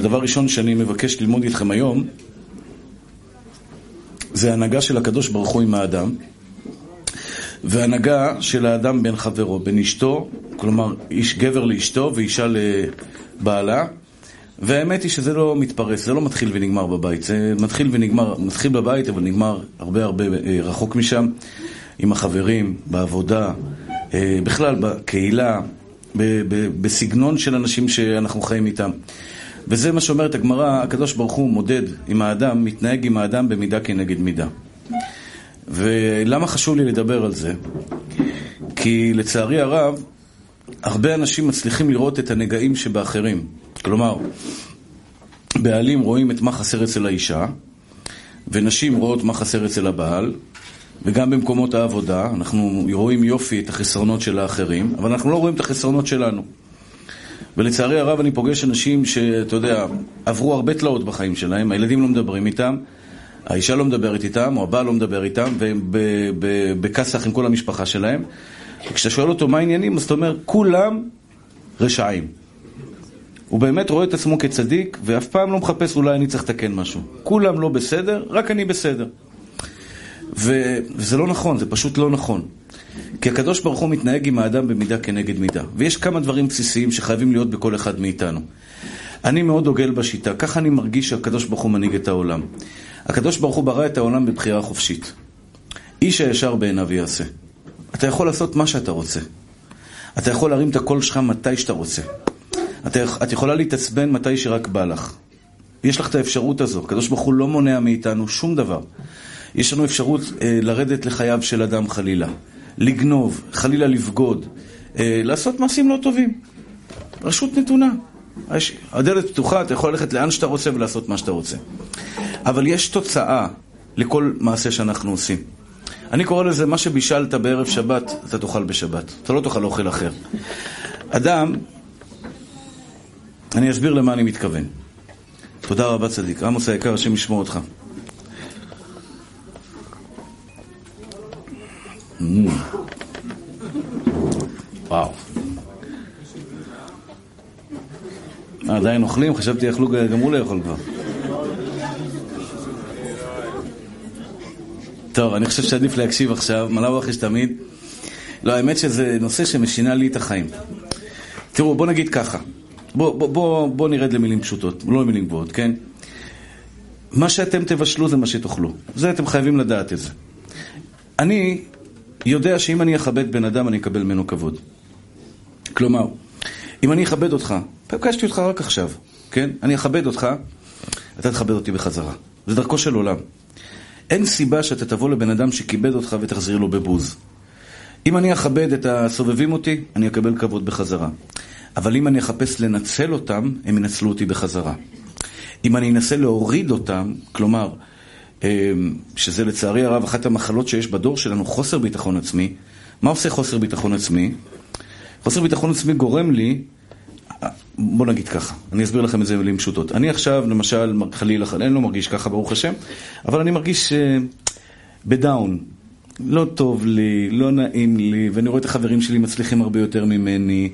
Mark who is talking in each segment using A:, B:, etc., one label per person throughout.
A: הדבר ראשון שאני מבקש ללמוד איתכם היום, זה הנהגה של הקדוש ברוך הוא עם האדם, והנהגה של האדם בין חברו, בין אשתו, כלומר, גבר לאשתו ואישה לבעלה, והאמת היא שזה לא מתפרס, זה לא מתחיל ונגמר בבית, זה מתחיל בבית, אבל נגמר הרבה רחוק משם, עם החברים, בעבודה, בכלל בקהילה, בסגנון של אנשים שאנחנו חיים איתם. וזה מה שאומרת הגמרא, הקדוש ברוך הוא מודד עם האדם, מתנהג עם האדם במידה כנגד מידה. ולמה חשוב לי לדבר על זה? כי לצערי הרב, הרבה אנשים מצליחים לראות את הנגעים שבאחרים. כלומר, בעלים רואים את מה חסר אצל האישה, ונשים רואות מה חסר אצל הבעל, וגם במקומות העבודה, אנחנו רואים יופי את החסרונות של האחרים, אבל אנחנו לא רואים את החסרונות שלנו. ולצערי הרב אני פוגש אנשים שאתה יודע, עברו הרבה תלאות בחיים שלהם, הילדים לא מדברים איתם, האישה לא מדברת איתם, או הבעל לא מדבר איתם, והם בכסח עם כל המשפחה שלהם. וכשאתה שואל אותו מה העניינים, אז אתה אומר, כולם רשעים. הוא באמת רואה את עצמו כצדיק, ואף פעם לא מחפש אולי אני צריך לתקן משהו. כולם לא בסדר, רק אני בסדר. וזה לא נכון, זה פשוט לא נכון. כי הקדוש ברוך הוא מתנהג עם האדם במידה כנגד מידה. ויש כמה דברים בסיסיים שחייבים להיות בכל אחד מאיתנו. אני מאוד דוגל בשיטה, ככה אני מרגיש שהקדוש ברוך הוא מנהיג את העולם. הקדוש ברוך הוא ברא את העולם בבחירה חופשית. איש הישר בעיניו יעשה. אתה יכול לעשות מה שאתה רוצה. אתה יכול להרים את הקול שלך מתי שאתה רוצה. את יכולה להתעצבן מתי שרק בא לך. יש לך את האפשרות הזו. הקדוש ברוך הוא לא מונע מאיתנו שום דבר. יש לנו אפשרות לרדת לחייו של אדם חלילה. לגנוב, חלילה לבגוד, לעשות מעשים לא טובים. רשות נתונה. הדלת פתוחה, אתה יכול ללכת לאן שאתה רוצה ולעשות מה שאתה רוצה. אבל יש תוצאה לכל מעשה שאנחנו עושים. אני קורא לזה, מה שבישלת בערב שבת, אתה תאכל בשבת. אתה לא תאכל אוכל אחר. אדם, אני אסביר למה אני מתכוון. תודה רבה צדיק. עמוס היקר, השם ישמור אותך. וואו. עדיין אוכלים? חשבתי יאכלו גם הוא לא יכול כבר. טוב, אני חושב שעדיף להקשיב עכשיו, מלא וחש תמיד. לא, האמת שזה נושא שמשינה לי את החיים. תראו, בוא נגיד ככה. בוא נרד למילים פשוטות, לא למילים גבוהות, כן? מה שאתם תבשלו זה מה שתאכלו. זה אתם חייבים לדעת את זה. אני יודע שאם אני אכבד בן אדם, אני אקבל ממנו כבוד. כלומר, אם אני אכבד אותך, פגשתי אותך רק עכשיו, כן? אני אכבד אותך, אתה תכבד אותי בחזרה. זה דרכו של עולם. אין סיבה שאתה תבוא לבן אדם שכיבד אותך ותחזיר לו בבוז. אם אני אכבד את הסובבים אותי, אני אקבל כבוד בחזרה. אבל אם אני אחפש לנצל אותם, הם ינצלו אותי בחזרה. אם אני אנסה להוריד אותם, כלומר, שזה לצערי הרב אחת המחלות שיש בדור שלנו, חוסר ביטחון עצמי. מה עושה חוסר ביטחון עצמי? חוסר ביטחון עצמי גורם לי, בוא נגיד ככה, אני אסביר לכם את זה במילים פשוטות. אני עכשיו, למשל, חלילה, אני לא מרגיש ככה, ברוך השם, אבל אני מרגיש בדאון. לא טוב לי, לא נעים לי, ואני רואה את החברים שלי מצליחים הרבה יותר ממני,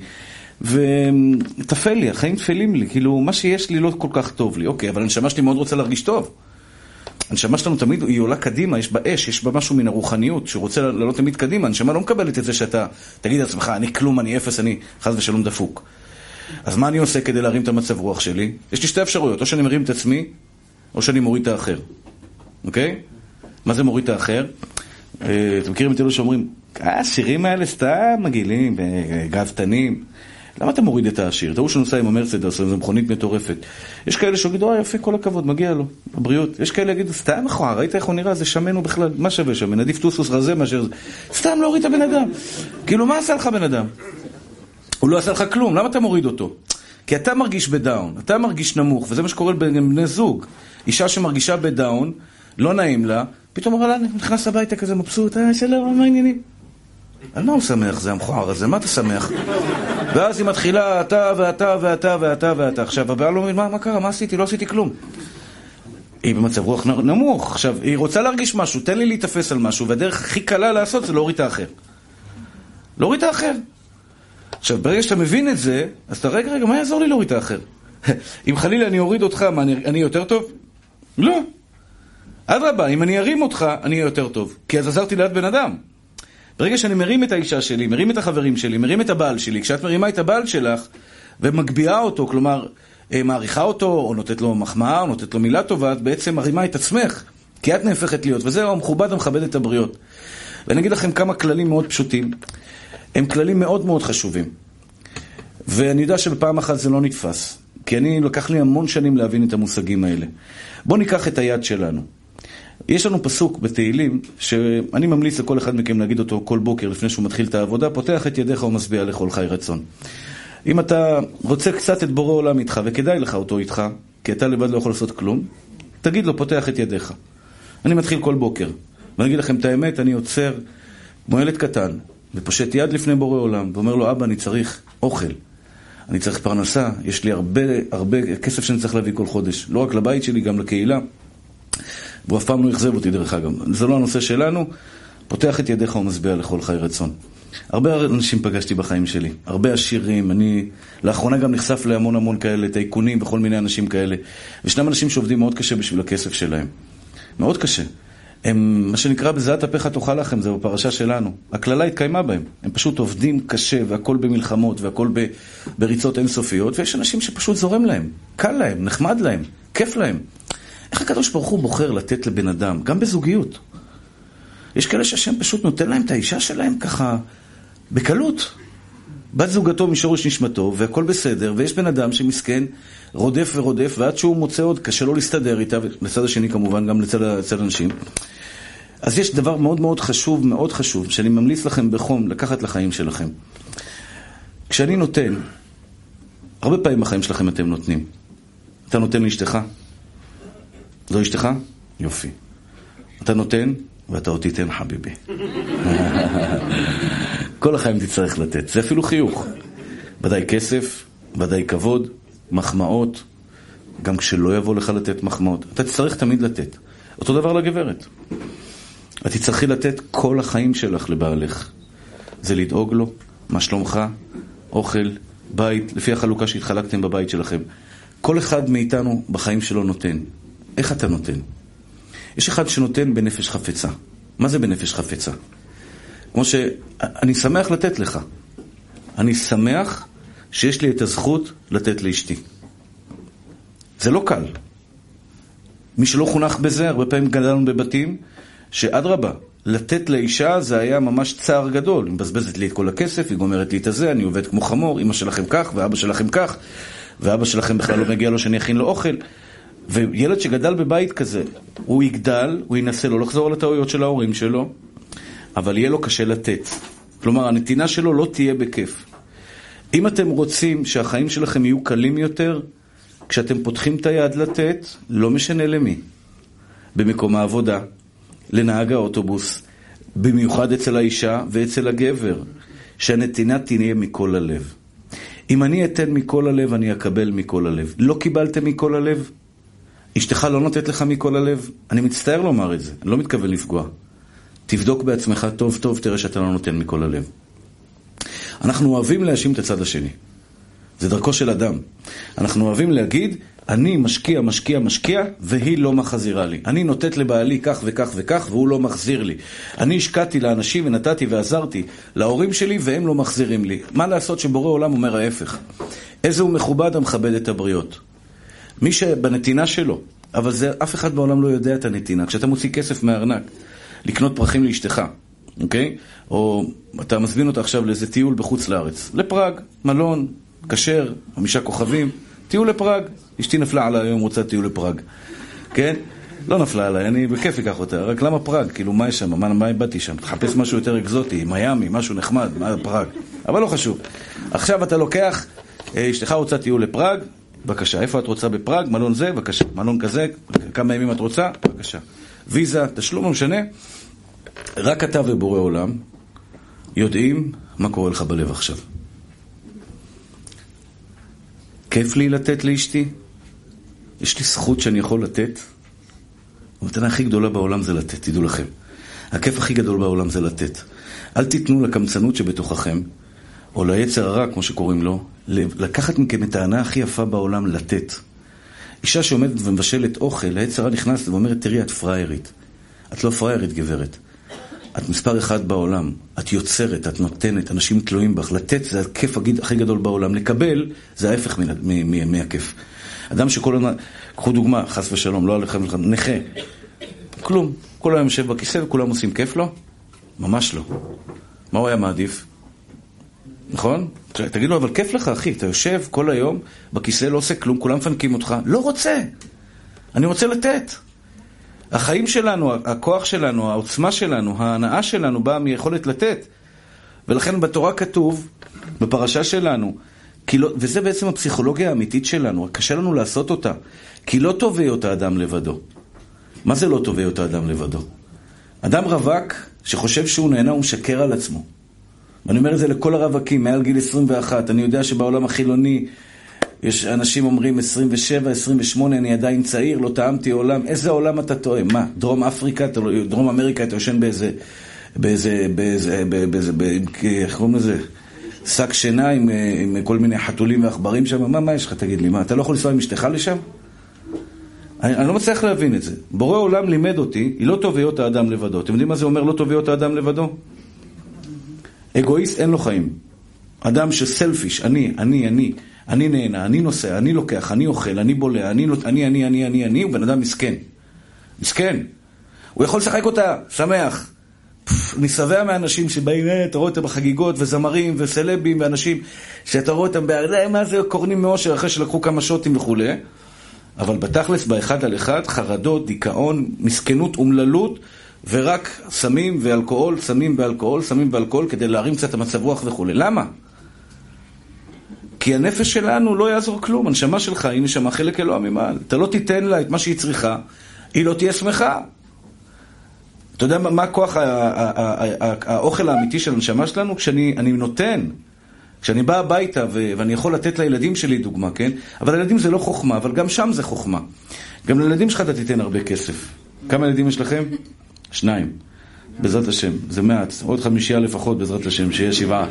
A: ותפל לי, החיים תפלים לי, כאילו, מה שיש לי לא כל כך טוב לי. אוקיי, אבל הנשמה שלי מאוד רוצה להרגיש טוב. הנשמה שלנו תמיד היא עולה קדימה, יש בה אש, יש בה משהו מן הרוחניות שרוצה לעלות תמיד קדימה. הנשמה לא מקבלת את זה שאתה תגיד לעצמך, אני כלום, אני אפס, אני חס ושלום דפוק. אז מה אני עושה כדי להרים את המצב רוח שלי? יש לי שתי אפשרויות, או שאני מרים את עצמי, או שאני מוריד את האחר. אוקיי? מה זה מוריד את האחר? אתם מכירים את אלו שאומרים, השירים האלה סתם מגעילים, גאוותנים. למה אתה מוריד את העשיר? אתה הוא שנוסע עם המרצדס, זו מכונית מטורפת. יש כאלה שיגידו, יפה, כל הכבוד, מגיע לו, הבריאות. יש כאלה יגידו, סתם אחורה, ראית איך הוא נראה? זה שמנו בכלל, מה שווה שמן? עדיף טוסוס רזה מאשר זה. סתם להוריד את הבן אדם. כאילו, מה עשה לך בן אדם? הוא לא עשה לך כלום, למה אתה מוריד אותו? כי אתה מרגיש בדאון, אתה מרגיש נמוך, וזה מה שקורה בבני זוג. אישה שמרגישה בדאון, לא נעים לה, פתאום אמרה לה, נכנס הביתה כזה מבסוט, שלום, מה העניינים? על מה הוא שמח? זה המכוער הזה, מה אתה שמח? ואז היא מתחילה, אתה ואתה ואתה ואתה ואתה. עכשיו, הבעל לא מבין, מה קרה? מה עשיתי? לא עשיתי כלום. היא במצב רוח נמוך. עכשיו, היא רוצה להרגיש משהו, תן לי להתאפס על משהו, והדרך הכי קלה לעשות זה להוריד את האחר. להוריד את האחר. עכשיו, ברגע שאתה מבין את זה, אז אתה רגע, מה יעזור לי להוריד את האחר? אם חלילה אני אוריד אותך, מה, אני יותר טוב? לא. אדרבה, אם אני ארים אותך, אני אהיה יותר טוב. כי אז עזרתי ליד בן אדם. ברגע שאני מרים את האישה שלי, מרים את החברים שלי, מרים את הבעל שלי, כשאת מרימה את הבעל שלך ומגביעה אותו, כלומר, מעריכה אותו, או נותנת לו מחמאה, או נותנת לו מילה טובה, את בעצם מרימה את עצמך, כי את נהפכת להיות, וזהו המכובד המכבד את הבריות. ואני אגיד לכם כמה כללים מאוד פשוטים. הם כללים מאוד מאוד חשובים. ואני יודע שבפעם אחת זה לא נתפס, כי לקח לי המון שנים להבין את המושגים האלה. בואו ניקח את היד שלנו. יש לנו פסוק בתהילים, שאני ממליץ לכל אחד מכם להגיד אותו כל בוקר לפני שהוא מתחיל את העבודה, פותח את ידיך ומשביע לכל חי רצון. אם אתה רוצה קצת את בורא עולם איתך, וכדאי לך אותו איתך, כי אתה לבד לא יכול לעשות כלום, תגיד לו, פותח את ידיך. אני מתחיל כל בוקר, ואני אגיד לכם את האמת, אני עוצר כמו ילד קטן, ופושט יד לפני בורא עולם, ואומר לו, אבא, אני צריך אוכל, אני צריך פרנסה, יש לי הרבה כסף שאני צריך להביא כל חודש, לא רק לבית שלי, גם לקהילה, והוא אף פעם לא יחזב אותי דרך אגב. זה לא הנושא שלנו, פותח את ידיך ומשביע לכל חי רצון. הרבה אנשים פגשתי בחיים שלי, הרבה עשירים, אני לאחרונה גם נחשף להמון כאלה, טייקונים וכל מיני אנשים כאלה, וישנם אנשים שעובדים מאוד קשה בשביל הכסף שלהם. מאוד קשה. הם, מה שנקרא בזעת אפיך תאכל לכם, זה בפרשה שלנו. הכללה התקיימה בהם. הם פשוט עובדים קשה, והכל במלחמות, והכל בריצות אינסופיות, ויש אנשים שפשוט זורם להם, קל להם, נחמד להם, כיף להם. איך הקדוש ברוך הוא בוחר לתת לבן אדם, גם בזוגיות? יש כאלה שהשם פשוט נותן להם את האישה שלהם ככה, בקלות. בת זוגתו משורש נשמתו, והכל בסדר, ויש בן אדם שמסכן, רודף ורודף, ועד שהוא מוצא עוד, קשה לו להסתדר איתה, לצד השני כמובן, גם לצד אנשים. אז יש דבר מאוד חשוב, שאני ממליץ לכם בחום, לקחת לחיים שלכם. כשאני נותן, הרבה פעמים בחיים שלכם אתם נותנים. אתה נותן לאשתך? זו אשתך? יופי. אתה נותן, ואתה עוד תיתן חביבי. כל החיים תצטרך לתת. זה אפילו חיוך. ודאי כסף, ודאי כבוד, מחמאות. גם כשלא יבוא לך לתת מחמאות. אתה תצטרך תמיד לתת. אותו דבר לגברת. את תצטרכי לתת כל החיים שלך לבעלך. זה לדאוג לו, מה שלומך, אוכל, בית, לפי החלוקה שהתחלקתם בבית שלכם. כל אחד מאיתנו בחיים שלו נותן. איך אתה נותן? יש אחד שנותן בנפש חפצה. מה זה בנפש חפצה? כמו שאני שמח לתת לך. אני שמח שיש לי את הזכות לתת לאשתי. זה לא קל. מי שלא חונך בזה, הרבה פעמים גדלנו בבתים, שאדרבה, לתת לאישה זה היה ממש צער גדול. היא מבזבזת לי את כל הכסף, היא גומרת לי את הזה, אני עובד כמו חמור, אמא שלכם כך ואבא שלכם כך, ואבא שלכם בכלל לא מגיע לו שאני אכין לו אוכל. וילד שגדל בבית כזה, הוא יגדל, הוא ינסה לו לחזור על הטעויות של ההורים שלו, אבל יהיה לו קשה לתת. כלומר, הנתינה שלו לא תהיה בכיף. אם אתם רוצים שהחיים שלכם יהיו קלים יותר, כשאתם פותחים את היד לתת, לא משנה למי. במקום העבודה, לנהג האוטובוס, במיוחד אצל האישה ואצל הגבר, שהנתינה תהיה מכל הלב. אם אני אתן מכל הלב, אני אקבל מכל הלב. לא קיבלתם מכל הלב? אשתך לא נותנת לך מכל הלב? אני מצטער לומר את זה, אני לא מתכוון לפגוע. תבדוק בעצמך טוב, תראה שאתה לא נותן מכל הלב. אנחנו אוהבים להאשים את הצד השני. זה דרכו של אדם. אנחנו אוהבים להגיד, אני משקיע, והיא לא מחזירה לי. אני נותנת לבעלי כך וכך וכך, והוא לא מחזיר לי. אני השקעתי לאנשים ונתתי ועזרתי להורים שלי, והם לא מחזירים לי. מה לעשות שבורא עולם אומר ההפך? איזה הוא מכובד המכבד את הבריות. מי שבנתינה שלו, אבל זה, אף אחד בעולם לא יודע את הנתינה. כשאתה מוציא כסף מהארנק, לקנות פרחים לאשתך, אוקיי? או אתה מזמין אותה עכשיו לאיזה טיול בחוץ לארץ. לפראג, מלון, כשר, 5 כוכבים, טיול לפראג. אשתי נפלה עליי היום, רוצה טיול לפראג. כן? לא נפלה עליי, אני בכיף אקח אותה. רק למה פראג? כאילו, מה יש שם? מה באתי שם? תחפש משהו יותר אקזוטי, מיאמי, משהו נחמד, מה פראג? אבל לא חשוב. עכשיו אתה לוקח, אשתך רוצה טיול לפראג, בבקשה. איפה את רוצה בפראג? מלון זה, בבקשה. מלון כזה, כמה ימים את רוצה? בבקשה. ויזה, תשלום, לא משנה. רק אתה ובורא עולם יודעים מה קורה לך בלב עכשיו. כיף לי לתת לאשתי? יש לי זכות שאני יכול לתת? המתנה הכי גדולה בעולם זה לתת, תדעו לכם. הכיף הכי גדול בעולם זה לתת. אל תיתנו לקמצנות שבתוככם, או ליצר הרע, כמו שקוראים לו, לקחת מכם את הענה הכי יפה בעולם, לתת. אישה שעומדת ומבשלת אוכל, היצר הרע נכנס ואומרת, תראי, את פריירית. את לא פריירית, גברת. את מספר אחד בעולם. את יוצרת, את נותנת, אנשים תלויים בך. לתת זה הכיף הכי גדול בעולם. לקבל זה ההפך מהכיף. אדם שכל עונה, קחו דוגמה, חס ושלום, לא עליכם, נכה. כלום. כל היום יושב בכיסא וכולם עושים כיף לו? ממש לא. מה הוא היה מעדיף? נכון? תגיד לו, אבל כיף לך, אחי. אתה יושב כל היום בכיסא, לא עושה כלום, כולם פנקים אותך. לא רוצה. אני רוצה לתת. החיים שלנו, הכוח שלנו, העוצמה שלנו, ההנאה שלנו באה מיכולת לתת. ולכן בתורה כתוב, בפרשה שלנו, וזה בעצם הפסיכולוגיה האמיתית שלנו, קשה לנו לעשות אותה, כי לא טוב להיות האדם לבדו. מה זה לא טוב להיות האדם לבדו? אדם רווק שחושב שהוא נהנה, הוא משקר על עצמו. ואני אומר את זה לכל הרווקים, מעל גיל 21, אני יודע שבעולם החילוני, יש אנשים אומרים 27, 28, אני עדיין צעיר, לא טעמתי עולם. איזה עולם אתה טועה? מה? דרום אפריקה, דרום אמריקה, אתה יושן איך קוראים לזה? שק שינה עם כל מיני חתולים ואחברים שם. מה יש לך? תגיד לי, מה? אתה לא יכול לנסוע עם אשתך לשם? אני לא מצליח להבין את זה. בורא עולם לימד אותי, היא לא טוב להיות האדם לבדו. אתם יודעים מה זה אומר לא טוב להיות האדם לבדו? אגואיסט אין לו חיים. אדם שסלפיש, אני נהנה, אני נוסע, אני לוקח, אני אוכל, אני בולע, אני, הוא בן אדם מסכן. מסכן. הוא יכול לשחק אותה, שמח. אני שבע מאנשים שבאים, אתה רואה אותם בחגיגות וזמרים וסלבים ואנשים שאתה רואה אותם מה זה קורנים מאושר אחרי שלקחו כמה שוטים וכו'. אבל בתכלס, באחד על אחד, חרדות, דיכאון, מסכנות, אומללות, ורק סמים ואלכוהול, סמים ואלכוהול, כדי להרים קצת המצב רוח וכו'. למה? כי הנפש שלנו לא יעזור כלום. הנשמה שלך היא נשמה חלק אלוה ממעל. אתה לא תיתן לה את מה שהיא צריכה, היא לא תהיה שמחה. אתה יודע מה כוח האוכל האמיתי של הנשמה שלנו? כשאני נותן, כשאני בא הביתה ואני יכול לתת לילדים שלי דוגמה, כן? אבל לילדים זה לא חוכמה, אבל גם שם זה חוכמה. גם לילדים שלך אתה תיתן הרבה כסף. כמה ילדים יש לכם? 2. בעזרת השם. זה מעט. עוד 5 לפחות בעזרת השם, שיהיה 7.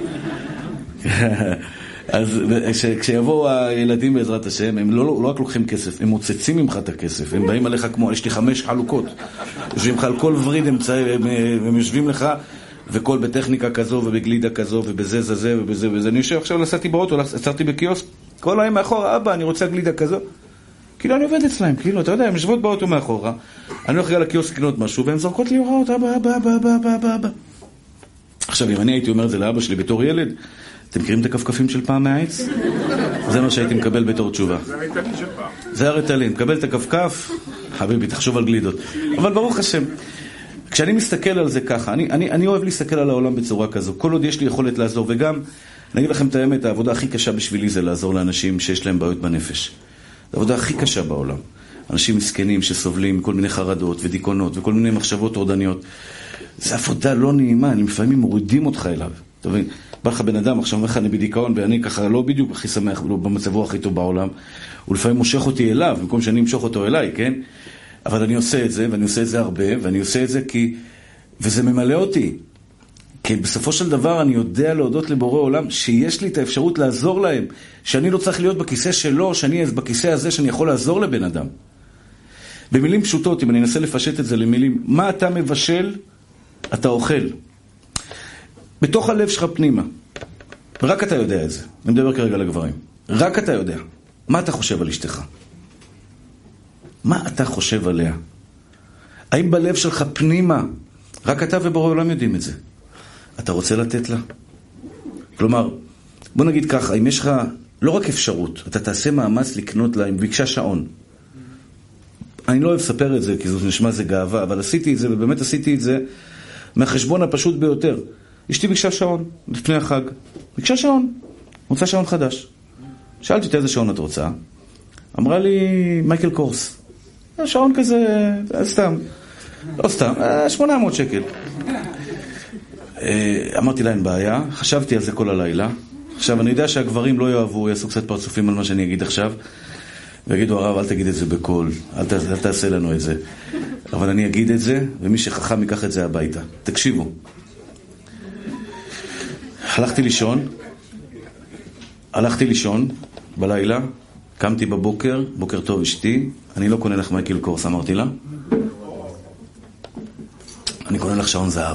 A: אז כשיבואו הילדים בעזרת השם, הם לא רק לוקחים כסף, הם מוצצים ממך את הכסף. הם באים עליך כמו, יש לי 5 חלוקות. יושבים לך על כל וריד, הם יושבים לך, וכל בטכניקה כזו ובגלידה כזו ובזה זה ובזה וזה. אני יושב עכשיו, נסעתי באוטו, עצרתי בקיוסק, כל היום מאחורה, אבא, אני רוצה גלידה כזו. כאילו אני עובד אצלהם, כאילו, אתה יודע, הם יושבות באוטו מאחורה, אני הולך לקיוסק לקנות משהו, והם זורקות לי הוראות, אבא. עכשיו, אם אני הייתי אומר את זה לאבא שלי בתור ילד, אתם מכירים את הכפכפים של פעם מהעץ? זה מה שהייתי מקבל בתור תשובה. זה הריטלין של פעם. זה הריטלין, מקבל את הכפכף, חביבי, תחשוב על גלידות. אבל ברוך השם, כשאני מסתכל על זה ככה, אני אוהב להסתכל על העולם בצורה כזו. כל עוד יש לי יכולת לעזור, וגם, נגיד לכם את האמת, העבודה הכי קשה בשבילי זה לעזור לאנשים שיש להם בעיות בנפש. זו העבודה הכי קשה בעולם. אנשים מסכנים שסובלים כל מיני חרדות ודיכאונות וכל מיני מחשבות טורדניות. זו עבודה לא נעימה, אני לפעמים מורידים אותך אליו. אתה מבין? בא לך בן אדם, עכשיו אומר לך אני בדיכאון, ואני ככה לא בדיוק הכי שמח, לא במצבו הכי טוב בעולם. הוא לפעמים מושך אותי אליו, במקום שאני אמשוך אותו אליי, כן? אבל אני עושה את זה, ואני עושה את זה הרבה, ואני עושה את זה כי... וזה ממלא אותי. כי בסופו של דבר אני יודע להודות לבורא עולם שיש לי את האפשרות לעזור להם, שאני לא צריך להיות בכיסא שלו, שאני אהיה בכיסא הזה שאני יכול לעזור לבן אדם. במילים פשוטות, אם אני אנסה לפשט את זה למילים, מה אתה מבשל, אתה אוכל. בתוך הלב שלך פנימה. רק אתה יודע את זה. אני מדבר כרגע לגברים. רק אתה יודע. מה אתה חושב על אשתך? מה אתה חושב עליה? האם בלב שלך פנימה, רק אתה ובורא עולם יודעים את זה? אתה רוצה לתת לה? כלומר, בוא נגיד ככה, אם יש לך לא רק אפשרות, אתה תעשה מאמץ לקנות לה, אם ביקשה שעון. אני לא אוהב לספר את זה, כי זה נשמע זה גאווה, אבל עשיתי את זה, ובאמת עשיתי את זה מהחשבון הפשוט ביותר. אשתי ביקשה שעון, לפני החג. ביקשה שעון, רוצה שעון חדש. שאלתי אותה איזה שעון את רוצה. אמרה לי, מייקל קורס. שעון כזה, סתם. לא סתם, 800 שקל. אמרתי לה, אין בעיה. חשבתי על זה כל הלילה. עכשיו, אני יודע שהגברים לא יאהבו, יעשו קצת פרצופים על מה שאני אגיד עכשיו. ויגידו, הרב, אל תגיד את זה בקול. אל תעשה לנו את זה. אבל אני אגיד את זה, ומי שחכם ייקח את זה הביתה. תקשיבו. הלכתי לישון, הלכתי לישון בלילה, קמתי בבוקר, בוקר טוב אשתי, אני לא קונה לך מייקל קורס, אמרתי לה. אני קונה לך שעון זהב.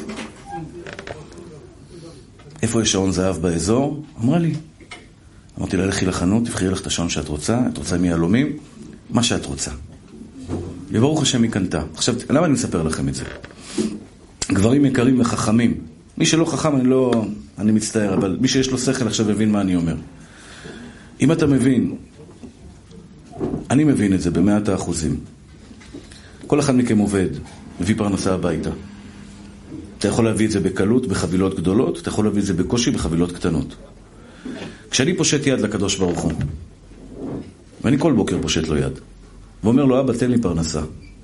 A: איפה יש שעון זהב באזור? אמרה לי. אמרתי לה, לכי לחנות, תבחרי לך את השעון שאת רוצה, את רוצה מיהלומים, מה שאת רוצה. וברוך השם היא קנתה. עכשיו, למה אני מספר לכם את זה? גברים יקרים וחכמים. מי שלא חכם, אני מצטער, אבל מי שיש לו שכל עכשיו יבין מה אני אומר. אם אתה מבין, אני מבין את זה ב100%. כל אחד מכם עובד, מביא פרנסה הביתה. אתה יכול להביא את זה בקלות, בחבילות גדולות, אתה יכול להביא את זה בקושי, בחבילות קטנות. כשאני פושט יד לקדוש ברוך הוא, ואני כל בוקר פושט לו יד, ואומר לו, אבא, תן לי פרנסה.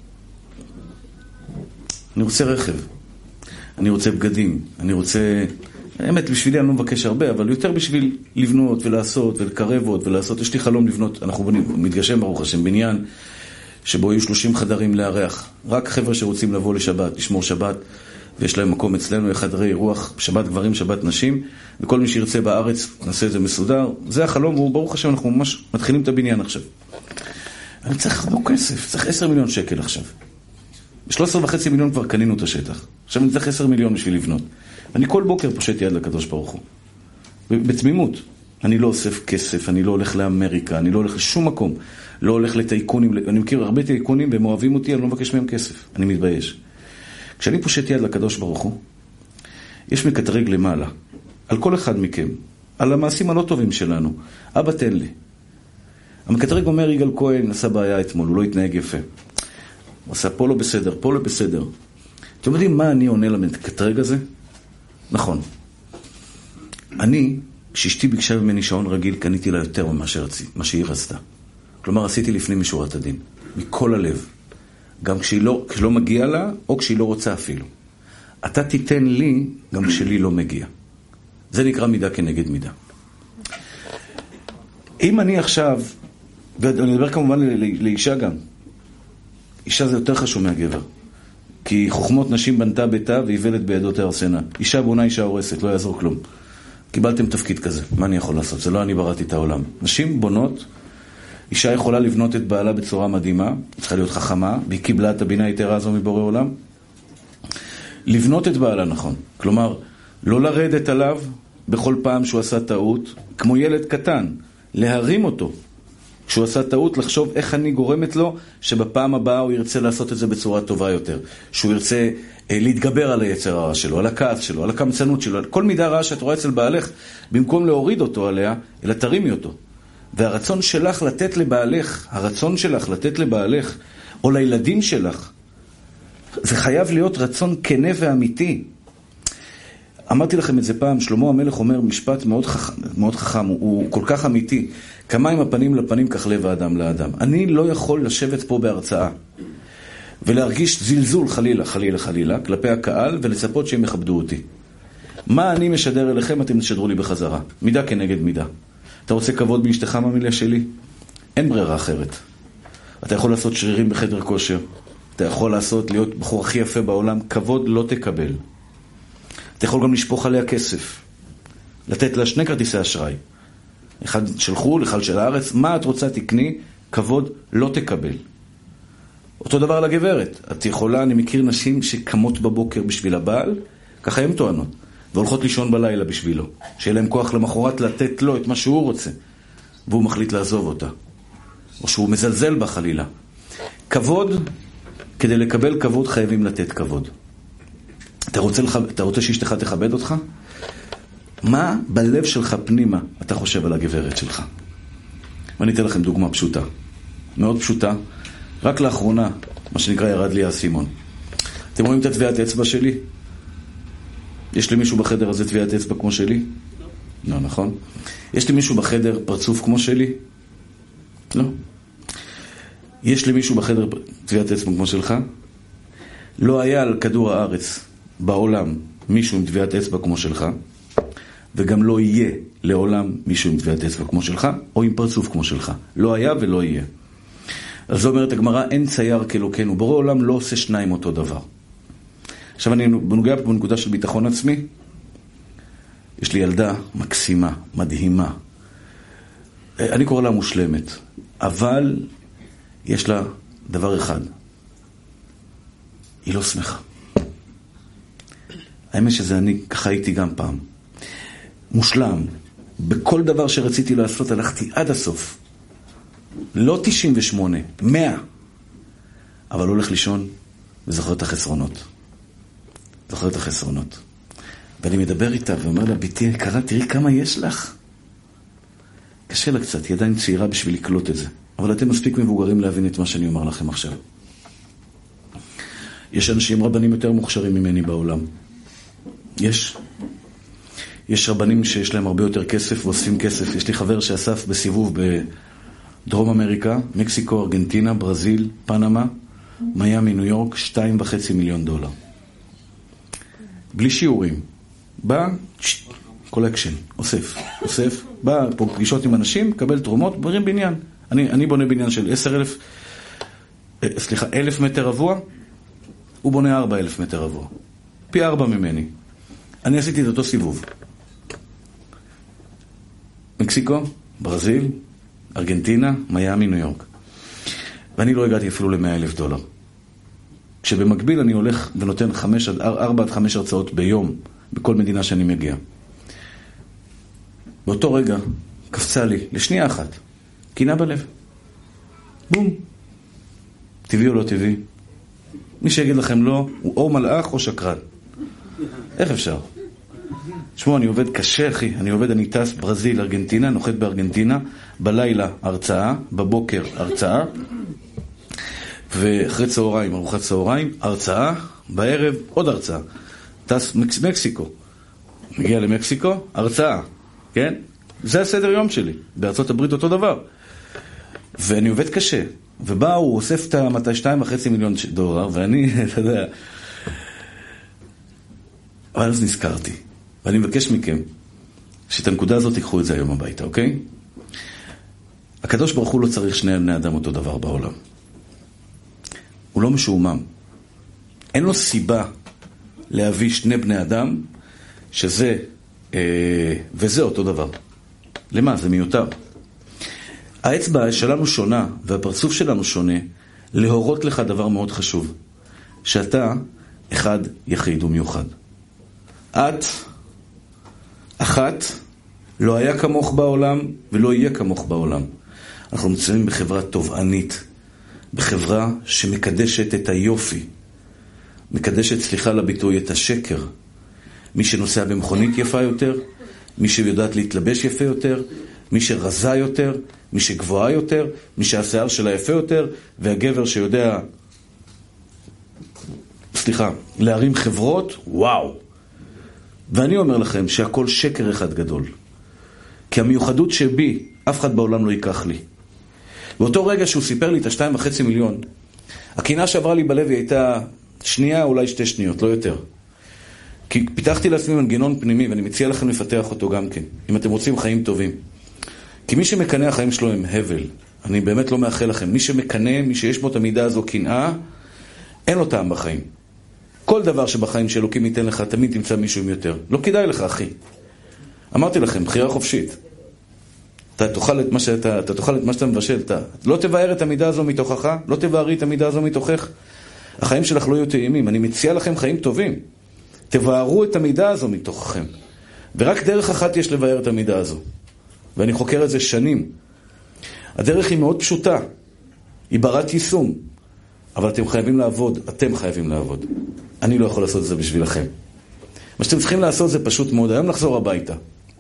A: אני רוצה רכב, אני רוצה בגדים, אני רוצה... האמת, בשבילי אני לא מבקש הרבה, אבל יותר בשביל לבנות ולעשות ולקרב עוד ולעשות. יש לי חלום לבנות, אנחנו מתגשם ברוך השם, בניין שבו יהיו 30 חדרים לארח. רק חבר'ה שרוצים לבוא לשבת, לשמור שבת, ויש להם מקום אצלנו, חדרי אירוח, שבת גברים, שבת נשים, וכל מי שירצה בארץ נעשה את זה מסודר. זה החלום, וברוך השם אנחנו ממש מתחילים את הבניין עכשיו. אני צריך הרבה כסף, צריך 10 מיליון שקל עכשיו. ב13.5 מיליון כבר קנינו את השטח. עכשיו אני צריך 10 מיליון בשביל לבנות. אני כל בוקר פושט יד לקדוש ברוך הוא. בתמימות. אני לא אוסף כסף, אני לא הולך לאמריקה, אני לא הולך לשום מקום. לא הולך לטייקונים, אני מכיר הרבה טייקונים והם אוהבים אותי, אני לא מבקש מהם כסף. אני מתבייש. כשאני פושט יד לקדוש ברוך הוא, יש מקטרג למעלה. על כל אחד מכם. על המעשים הלא טובים שלנו. אבא תן לי. המקטרג אומר, יגאל כהן עשה בעיה אתמול, הוא לא התנהג יפה. הוא עשה פה לא בסדר, פה לא בסדר. אתם יודעים מה אני עונה למקטרג הזה? נכון. אני, כשאשתי ביקשה ממני שעון רגיל, קניתי לה יותר ממה שהיא רצתה. כלומר, עשיתי לפנים משורת הדין. מכל הלב. גם כשהיא לא מגיעה לה, או כשהיא לא רוצה אפילו. אתה תיתן לי, גם כשלי לא מגיע. זה נקרא מידה כנגד מידה. אם אני עכשיו, ואני מדבר כמובן לאישה גם, אישה זה יותר חשוב מהגבר. כי חוכמות נשים בנתה ביתה והיוולת בידו תהרסנה. אישה בונה, אישה הורסת, לא יעזור כלום. קיבלתם תפקיד כזה, מה אני יכול לעשות? זה לא אני בראתי את העולם. נשים בונות, אישה יכולה לבנות את בעלה בצורה מדהימה, צריכה להיות חכמה, והיא קיבלה את הבינה היתרה הזו מבורא עולם. לבנות את בעלה נכון. כלומר, לא לרדת עליו בכל פעם שהוא עשה טעות, כמו ילד קטן, להרים אותו. כשהוא עשה טעות, לחשוב איך אני גורמת לו שבפעם הבאה הוא ירצה לעשות את זה בצורה טובה יותר. שהוא ירצה להתגבר על היצר הרע שלו, על הכעס שלו, על הקמצנות שלו, על כל מידה רעה שאת רואה אצל בעלך, במקום להוריד אותו עליה, אלא תרימי אותו. והרצון שלך לתת לבעלך, או לילדים שלך, זה חייב להיות רצון כנה ואמיתי. אמרתי לכם את זה פעם, שלמה המלך אומר משפט מאוד חכם, הוא כל כך אמיתי. כמה עם הפנים לפנים כך לב האדם לאדם. אני לא יכול לשבת פה בהרצאה ולהרגיש זלזול חלילה כלפי הקהל ולצפות שהם יכבדו אותי. מה אני משדר אליכם, אתם תשדרו לי בחזרה. מידה כנגד מידה. אתה רוצה כבוד באשתך מהמילה שלי? אין ברירה אחרת. אתה יכול לעשות שרירים בחדר כושר. אתה יכול להיות בחור הכי יפה בעולם. כבוד לא תקבל. אתה יכול גם לשפוך עליה כסף. לתת לה 2 כרטיסי אשראי. אחד של חול, אחד של הארץ. מה את רוצה תקני? כבוד לא תקבל. אותו דבר לגברת. את יכולה, אני מכיר נשים שקמות בבוקר בשביל הבעל, ככה הן טוענות. והולכות לישון בלילה בשבילו. שיהיה להם כוח למחרת לתת לו את מה שהוא רוצה. והוא מחליט לעזוב אותה. או שהוא מזלזל בה חלילה. כבוד, כדי לקבל כבוד חייבים לתת כבוד. אתה רוצה שאשתך תכבד אותך? מה בלב שלך פנימה אתה חושב על הגברת שלך? ואני אתן לכם דוגמה פשוטה. מאוד פשוטה. רק לאחרונה, מה שנקרא, ירד לי האסימון. אתם רואים את הטביעת אצבע שלי? יש לי מישהו בחדר הזה טביעת אצבע כמו שלי? לא, נכון? יש לי מישהו בחדר פרצוף כמו שלי? לא. יש לי מישהו בחדר טביעת אצבע כמו שלך? לא היה על כדור הארץ בעולם מישהו עם טביעת אצבע כמו שלך, וגם לא יהיה לעולם מישהו עם טביעת אצבע כמו שלך, או עם פרצוף כמו שלך. לא היה ולא יהיה. אז זו אומרת הגמרא, אין צייר כאלוקינו. בורא עולם לא עושה שניים אותו דבר. עכשיו אני נוגע בנקודה של ביטחון עצמי. יש לי ילדה מקסימה, מדהימה, אני קורא לה מושלמת, אבל יש לה דבר אחד. היא לא שמחה. האמת שזה אני ככה הייתי גם פעם. מושלם. בכל דבר שרציתי לעשות הלכתי עד הסוף. לא 98, 100. אבל הולך לישון וזוכר את החסרונות. זוכר את החסרונות. ואני מדבר איתה ואומר לה, ביתי יקרה, תראי כמה יש לך. קשה לה קצת, היא עדיין צעירה בשביל לקלוט את זה. אבל אתם מספיק מבוגרים להבין את מה שאני אומר לכם עכשיו. יש אנשים רבנים יותר מוכשרים ממני בעולם. יש רבנים שיש להם הרבה יותר כסף ואוספים כסף. יש לי חבר שאסף בסיבוב בדרום אמריקה, מקסיקו, ארגנטינה, ברזיל, פנמה, מיאמי, ניו יורק, $2.5 מיליון. בלי שיעורים. בא, קולקשן, אוסף. בא פה פגישות עם אנשים, קבל תרומות, בונים בניין. אני בונה בניין של 1,000 מטר רבוע, הוא בונה 4,000 מטר רבוע. פי 4 ממני. אני עשיתי את אותו סיבוב. מקסיקו, ברזיל, ארגנטינה, מיאמי, ניו יורק. ואני לא הגעתי אפילו $100,000. כשבמקביל אני הולך ונותן 4 עד 5 הרצאות ביום, בכל מדינה שאני מגיע. באותו רגע קפצה לי, לשנייה אחת, קינה בלב. בום. טבעי או לא טבעי? מי שיגיד לכם לא, הוא או מלאך או שקרן. איך אפשר? שמוע, אני עובד קשה, אחי. אני טס ברזיל, ארגנטינה, נוחת בארגנטינה, בלילה הרצאה, בבוקר הרצאה, ואחרי צהריים, ארוחת צהריים, הרצאה, בערב עוד הרצאה. טס מקסיקו. מגיע למקסיקו, הרצאה. כן? זה הסדר יום שלי. בארצות הברית אותו דבר. ואני עובד קשה. ובא, הוא אוסף את $2.5 מיליון, ואני, אתה יודע, אבל אז נזכרתי. ואני מבקש מכם, שאת הנקודה הזאת תיקחו את זה היום הביתה, אוקיי? הקדוש ברוך הוא לא צריך שני בני אדם אותו דבר בעולם. הוא לא משועמם. אין לו סיבה להביא שני בני אדם, שזה, וזה אותו דבר. למה? זה מיותר. האצבע שלנו שונה, והפרצוף שלנו שונה, להורות לך דבר מאוד חשוב. שאתה אחד יחיד ומיוחד. את, אחת, לא היה כמוך בעולם, ולא יהיה כמוך בעולם. אנחנו נמצאים בחברה תובענית, בחברה שמקדשת את היופי, מקדשת, סליחה לביטוי, את השקר. מי שנוסע במכונית יפה יותר, מי שיודעת להתלבש יפה יותר, מי שרזה יותר, מי שגבוהה יותר, מי שהשיער שלה יפה יותר, והגבר שיודע, להרים חברות, וואו. ואני אומר לכם שהכל שקר אחד גדול. כי המיוחדות שבי, אף אחד בעולם לא ייקח לי. באותו רגע שהוא סיפר לי את $2.5 מיליון, הקינה שעברה לי בלב הייתה שנייה, אולי 2 שניות, לא יותר. כי פיתחתי לעצמי מנגנון פנימי, ואני מציע לכם לפתח אותו גם כן, אם אתם רוצים חיים טובים. כי מי שמקנה החיים שלו הם הבל. אני באמת לא מאחל לכם. מי שמקנה, מי שיש בו את המידה הזו קנאה, אין לו טעם בחיים. כל דבר שבחיים שאלוקים ייתן לך, תמיד תמצא מישהו עם יותר. לא כדאי לך, אחי. אמרתי לכם, בחירה חופשית. אתה תאכל את מה שאתה מבשל. אתה לא תבאר את המידה הזו מתוכך, לא תבארי את המידה הזו מתוכך. החיים שלך לא יהיו טעימים. אני מציע לכם חיים טובים. תבארו את המידה הזו מתוככם. ורק דרך אחת יש לבאר את המידה הזו. ואני חוקר את זה שנים. הדרך היא מאוד פשוטה. היא ברת יישום. אבל אתם חייבים לעבוד. אתם חייבים לעבוד. אני לא יכול לעשות את זה בשבילכם. מה שאתם צריכים לעשות זה פשוט מאוד. היום לחזור הביתה.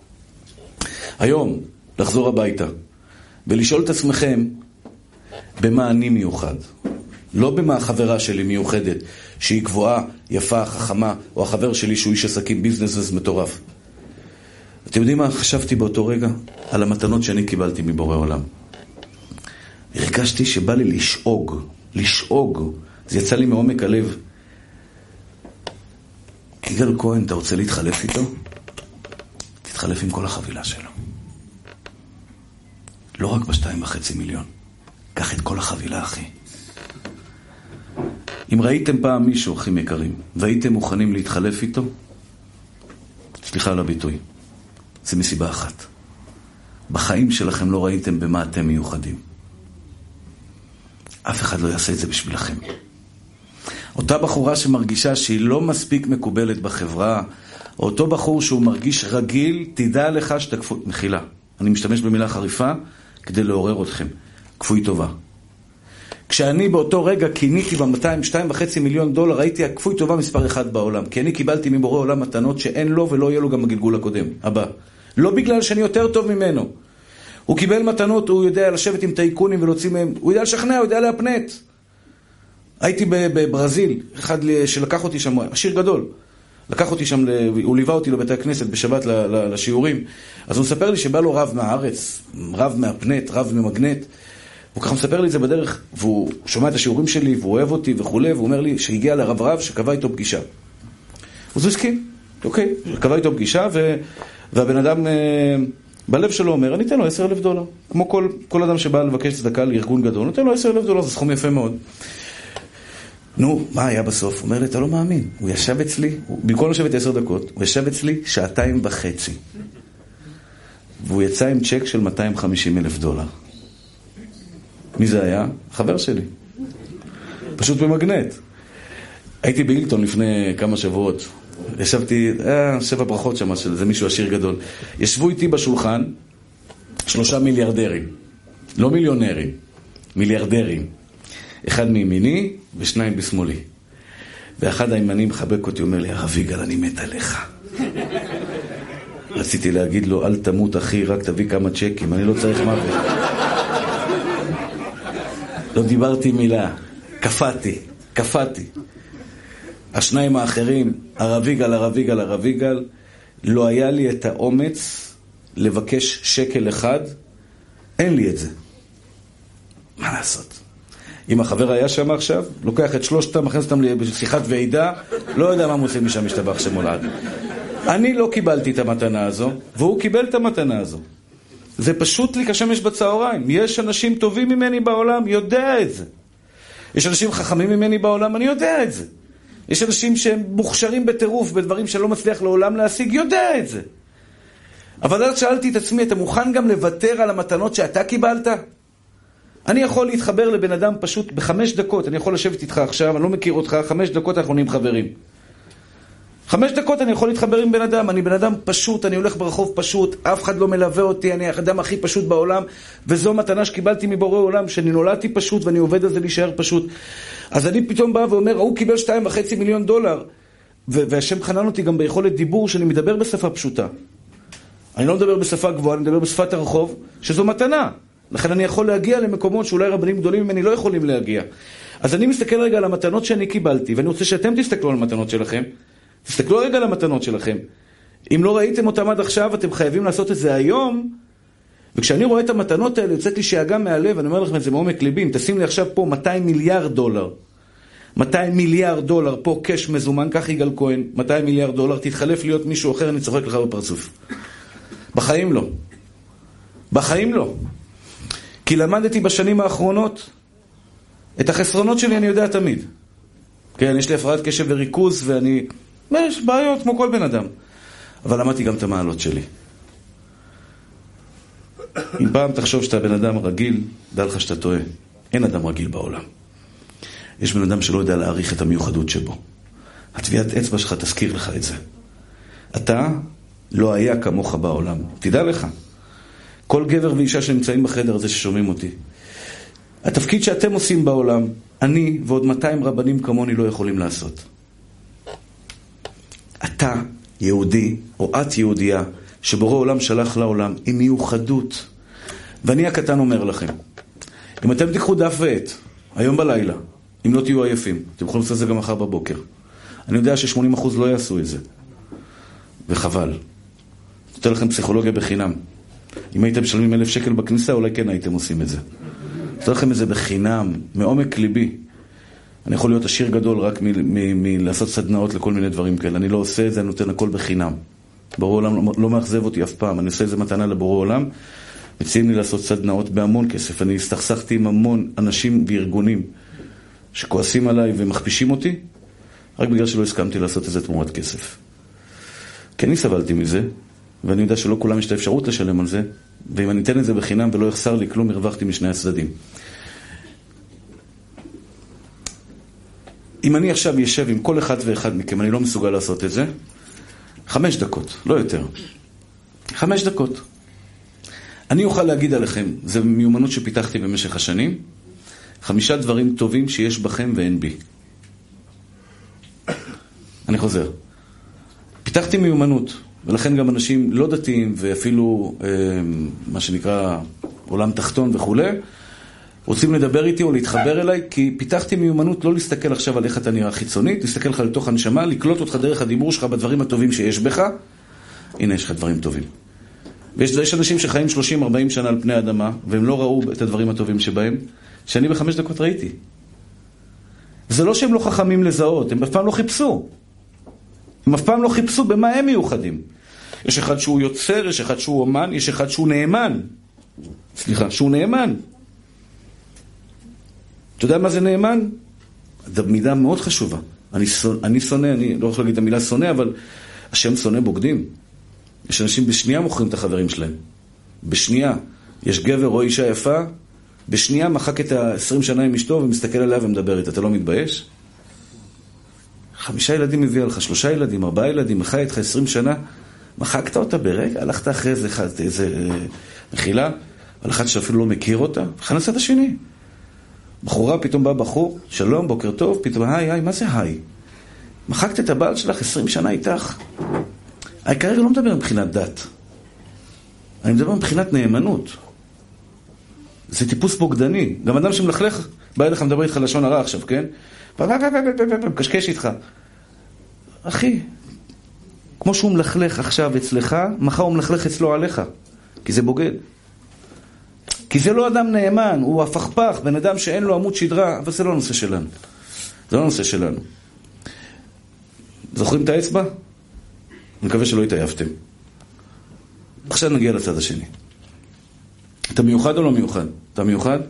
A: היום לחזור הביתה. ולשאול את עצמכם במה אני מיוחד. לא במה החברה שלי מיוחדת, שהיא גבוהה, יפה, חכמה, או החבר שלי שהוא איש עסקים, ביזנס מטורף. אתם יודעים מה חשבתי באותו רגע? על המתנות שאני קיבלתי מבורא עולם. הרגשתי שבא לי לשאוג. זה יצא לי מעומק הלב. יגאל כהן, אתה רוצה להתחלף איתו? תתחלף עם כל החבילה שלו. לא רק $2.5 מיליון. קח את כל החבילה, אחי. אם ראיתם פעם מישהו, אחים יקרים, והייתם מוכנים להתחלף איתו, סליחה על הביטוי, זה מסיבה אחת. בחיים שלכם לא ראיתם במה אתם מיוחדים. אף אחד לא יעשה את זה בשבילכם. אותה בחורה שמרגישה שהיא לא מספיק מקובלת בחברה, או אותו בחור שהוא מרגיש רגיל, תדע לך שתקפות מחילה. אני משתמש במילה חריפה כדי לעורר אתכם. כפוי טובה. כשאני באותו רגע קיניתי ב-2.5 מיליון דולר, הייתי הכפוי טובה מספר 1 בעולם. כי אני קיבלתי מבורא עולם מתנות שאין לו ולא יהיה לו גם בגלגול הקודם, הבא. לא בגלל שאני יותר טוב ממנו. הוא קיבל מתנות, הוא יודע לשבת עם טייקונים ולהוציא מהם, הוא יודע לשכנע, הוא יודע להפנט. הייתי בברזיל, אחד שלקח אותי שם, עשיר גדול. לקח אותי שם, הוא ליווה אותי לבתי הכנסת בשבת לשיעורים. אז הוא מספר לי שבא לו רב מהארץ, רב מהפנט, רב ממגנט. הוא ככה מספר לי את זה בדרך, והוא שומע את השיעורים שלי, והוא אוהב אותי וכו', והוא אומר לי שהגיע לרב שקבע איתו פגישה. אז הוא הסכים, אוקיי, קבע איתו פגישה, והבן אדם בלב שלו אומר, אני אתן לו $10,000. כמו כל אדם שבא לבקש צדקה לארגון גדול, נותן לו $10,000, זה סכום יפה מאוד. נו, מה היה בסוף? הוא אומר לי, אתה לא מאמין. הוא ישב אצלי, במקום לשבת 10 דקות, הוא ישב אצלי 2.5 שעות. והוא יצא עם צ'ק של $250,000. מי זה היה? חבר שלי. פשוט במגנט. הייתי בהילטון לפני כמה שבועות. ישבתי, 7 ברכות שם, זה מישהו עשיר גדול. ישבו איתי בשולחן 3 מיליארדרים. לא מיליונרים, מיליארדרים. 1 מימיני ו2 בשמאלי. ואחד הימני מחבק אותי, אומר לי, הרב יגאל, אני מת עליך. רציתי להגיד לו, אל תמות אחי, רק תביא כמה צ'קים, אני לא צריך מוות. לא דיברתי מילה, קפאתי. השניים האחרים, הרב יגאל, לא היה לי את האומץ לבקש שקל אחד, אין לי את זה. מה לעשות? אם החבר היה שם עכשיו, לוקח את 3, מכניס אותם בשיחת ועידה, לא יודע מה מוצא משם משתבח שמולד. אני לא קיבלתי את המתנה הזו, והוא קיבל את המתנה הזו. זה פשוט לי כשמש בצהריים. יש אנשים טובים ממני בעולם, יודע את זה. יש אנשים חכמים ממני בעולם, אני יודע את זה. יש אנשים שהם מוכשרים בטירוף, בדברים שלא מצליח לעולם להשיג, יודע את זה. אבל אז שאלתי את עצמי, אתה מוכן גם לוותר על המתנות שאתה קיבלת? אני יכול להתחבר לבן אדם פשוט ב5 דקות, אני יכול לשבת איתך עכשיו, אני לא מכיר אותך, 5 דקות אנחנו נהיים חברים. 5 דקות אני יכול להתחבר עם בן אדם, אני בן אדם פשוט, אני הולך ברחוב פשוט, אף אחד לא מלווה אותי, אני האדם הכי פשוט בעולם, וזו מתנה שקיבלתי מבורא עולם, שאני נולדתי פשוט ואני עובד על זה להישאר פשוט. אז אני פתאום בא ואומר, הוא קיבל $2.5 מיליון, והשם חנן אותי גם ביכולת דיבור שאני מדבר בשפה פשוטה. אני לא מדבר בשפה גבוהה, אני מדבר בשפת הרחוב, שזו מתנה. לכן אני יכול להגיע למקומות שאולי רבנים גדולים ממני לא יכולים להגיע. אז אני מסתכל רגע על המתנות שאני קיבלתי, ואני רוצה שאתם תסתכלו על המתנות שלכם. תסתכלו רגע על המתנות שלכם. אם לא ראיתם אותם עד עכשיו, אתם חייבים לעשות את זה היום. וכשאני רואה את המתנות האלה, יוצאת לי שאגה מהלב, אני אומר לכם את זה מעומק ליבי, אם תשים לי עכשיו פה $200 מיליארד. $200 מיליארד פה קש מזומן, כך יגאל כהן, $200 מיליארד, תתחלף להיות מישהו אחר, אני צוחק לך בפרצוף. בחיים לא. בחיים לא. כי למדתי בשנים האחרונות, את החסרונות שלי אני יודע תמיד. כן, יש לי הפרעת קשב וריכוז, ואני... יש בעיות כמו כל בן אדם. אבל למדתי גם את המעלות שלי. אם פעם תחשוב שאתה בן אדם רגיל, דע לך שאתה טועה. אין אדם רגיל בעולם. יש בן אדם שלא יודע להעריך את המיוחדות שבו. הטביעת אצבע שלך תזכיר לך את זה. אתה לא היה כמוך בעולם. תדע לך. כל גבר ואישה שנמצאים בחדר הזה ששומעים אותי. התפקיד שאתם עושים בעולם, אני ועוד 200 רבנים כמוני לא יכולים לעשות. אתה יהודי, או את יהודייה, שבורא עולם שלח לעולם, עם מיוחדות. ואני הקטן אומר לכם, אם אתם תיקחו דף ועט, היום בלילה, אם לא תהיו עייפים, אתם יכולים לעשות את זה גם מחר בבוקר. אני יודע ש80% לא יעשו את זה. וחבל. נותן לכם פסיכולוגיה בחינם. אם הייתם משלמים 1,000 שקל בכניסה, אולי כן הייתם עושים את זה. נותן לכם את זה בחינם, מעומק ליבי. אני יכול להיות עשיר גדול רק מלעשות סדנאות לכל מיני דברים כאלה. אני לא עושה את זה, אני נותן הכל בחינם. בורא עולם לא מאכזב אותי אף פעם. אני עושה את זה מתנה לבורא עולם. מציעים לי לעשות סדנאות בהמון כסף. אני הסתכסכתי עם המון אנשים וארגונים שכועסים עליי ומכפישים אותי, רק בגלל שלא הסכמתי לעשות את זה תמורת כסף. כי אני סבלתי מזה, ואני יודע שלא כולם יש את האפשרות לשלם על זה, ואם אני אתן את זה בחינם ולא יחסר לי כלום, הרווחתי משני הצדדים. אם אני עכשיו ישב עם כל אחד ואחד מכם, אני לא מסוגל לעשות את זה, 5 דקות, לא יותר. 5 דקות. אני אוכל להגיד עליכם, זה מיומנות שפיתחתי במשך השנים, 5 דברים טובים שיש בכם ואין בי. אני חוזר. פיתחתי מיומנות, ולכן גם אנשים לא דתיים, ואפילו מה שנקרא עולם תחתון וכו', רוצים לדבר איתי או להתחבר אליי, כי פיתחתי מיומנות לא להסתכל עכשיו על איך אתה נראה חיצונית, להסתכל לך לתוך הנשמה, לקלוט אותך דרך הדיבור שלך בדברים הטובים שיש בך. הנה, יש לך דברים טובים. ויש אנשים שחיים 30-40 שנה על פני האדמה, והם לא ראו את הדברים הטובים שבהם, שאני ב5 דקות ראיתי. זה לא שהם לא חכמים לזהות, הם אף פעם לא חיפשו. הם אף פעם לא חיפשו במה הם מיוחדים. יש אחד שהוא יוצר, יש אחד שהוא אומן, יש אחד שהוא נאמן. שהוא נאמן. אתה יודע מה זה נאמן? זו מידה מאוד חשובה. אני שונא, אני לא יכול להגיד את המילה שונא, אבל השם שונא בוגדים. יש אנשים בשנייה מוכרים את החברים שלהם. בשנייה. יש גבר או אישה יפה, בשנייה מחק את 20 שנה עם אשתו ומסתכל עליה ומדבר איתה. אתה לא מתבייש? 5 ילדים הביאה לך, 3 ילדים, 4 ילדים, מחי איתך 20 שנה, מחקת אותה ברגע, הלכת אחרי איזה מחילה, על אחד שאפילו לא מכיר אותה, וחנסה את השני. בחורה, פתאום בא בחור, שלום, בוקר טוב, פתאום, היי, מה זה היי? מחקת את הבעל שלך 20 שנה איתך. אני כרגע לא מדבר מבחינת דת. אני מדבר מבחינת נאמנות. זה טיפוס בוגדני. גם אדם שמלכלך, בא אליך, מדבר איתך לשון הרע עכשיו, כן? קשקש איתך. אחי, כמו שהוא מלכלך עכשיו אצלך, מחר הוא מלכלך אצלו עליך. כי זה בוגד. כי זה לא אדם נאמן, הוא הפכפך, בן אדם שאין לו עמוד שדרה, אבל זה לא הנושא שלנו. זה לא הנושא שלנו. זוכרים את האצבע? אני מקווה שלא התעייפתם. עכשיו נגיע לצד השני. אתה מיוחד או לא מיוחד? אתה מיוחד?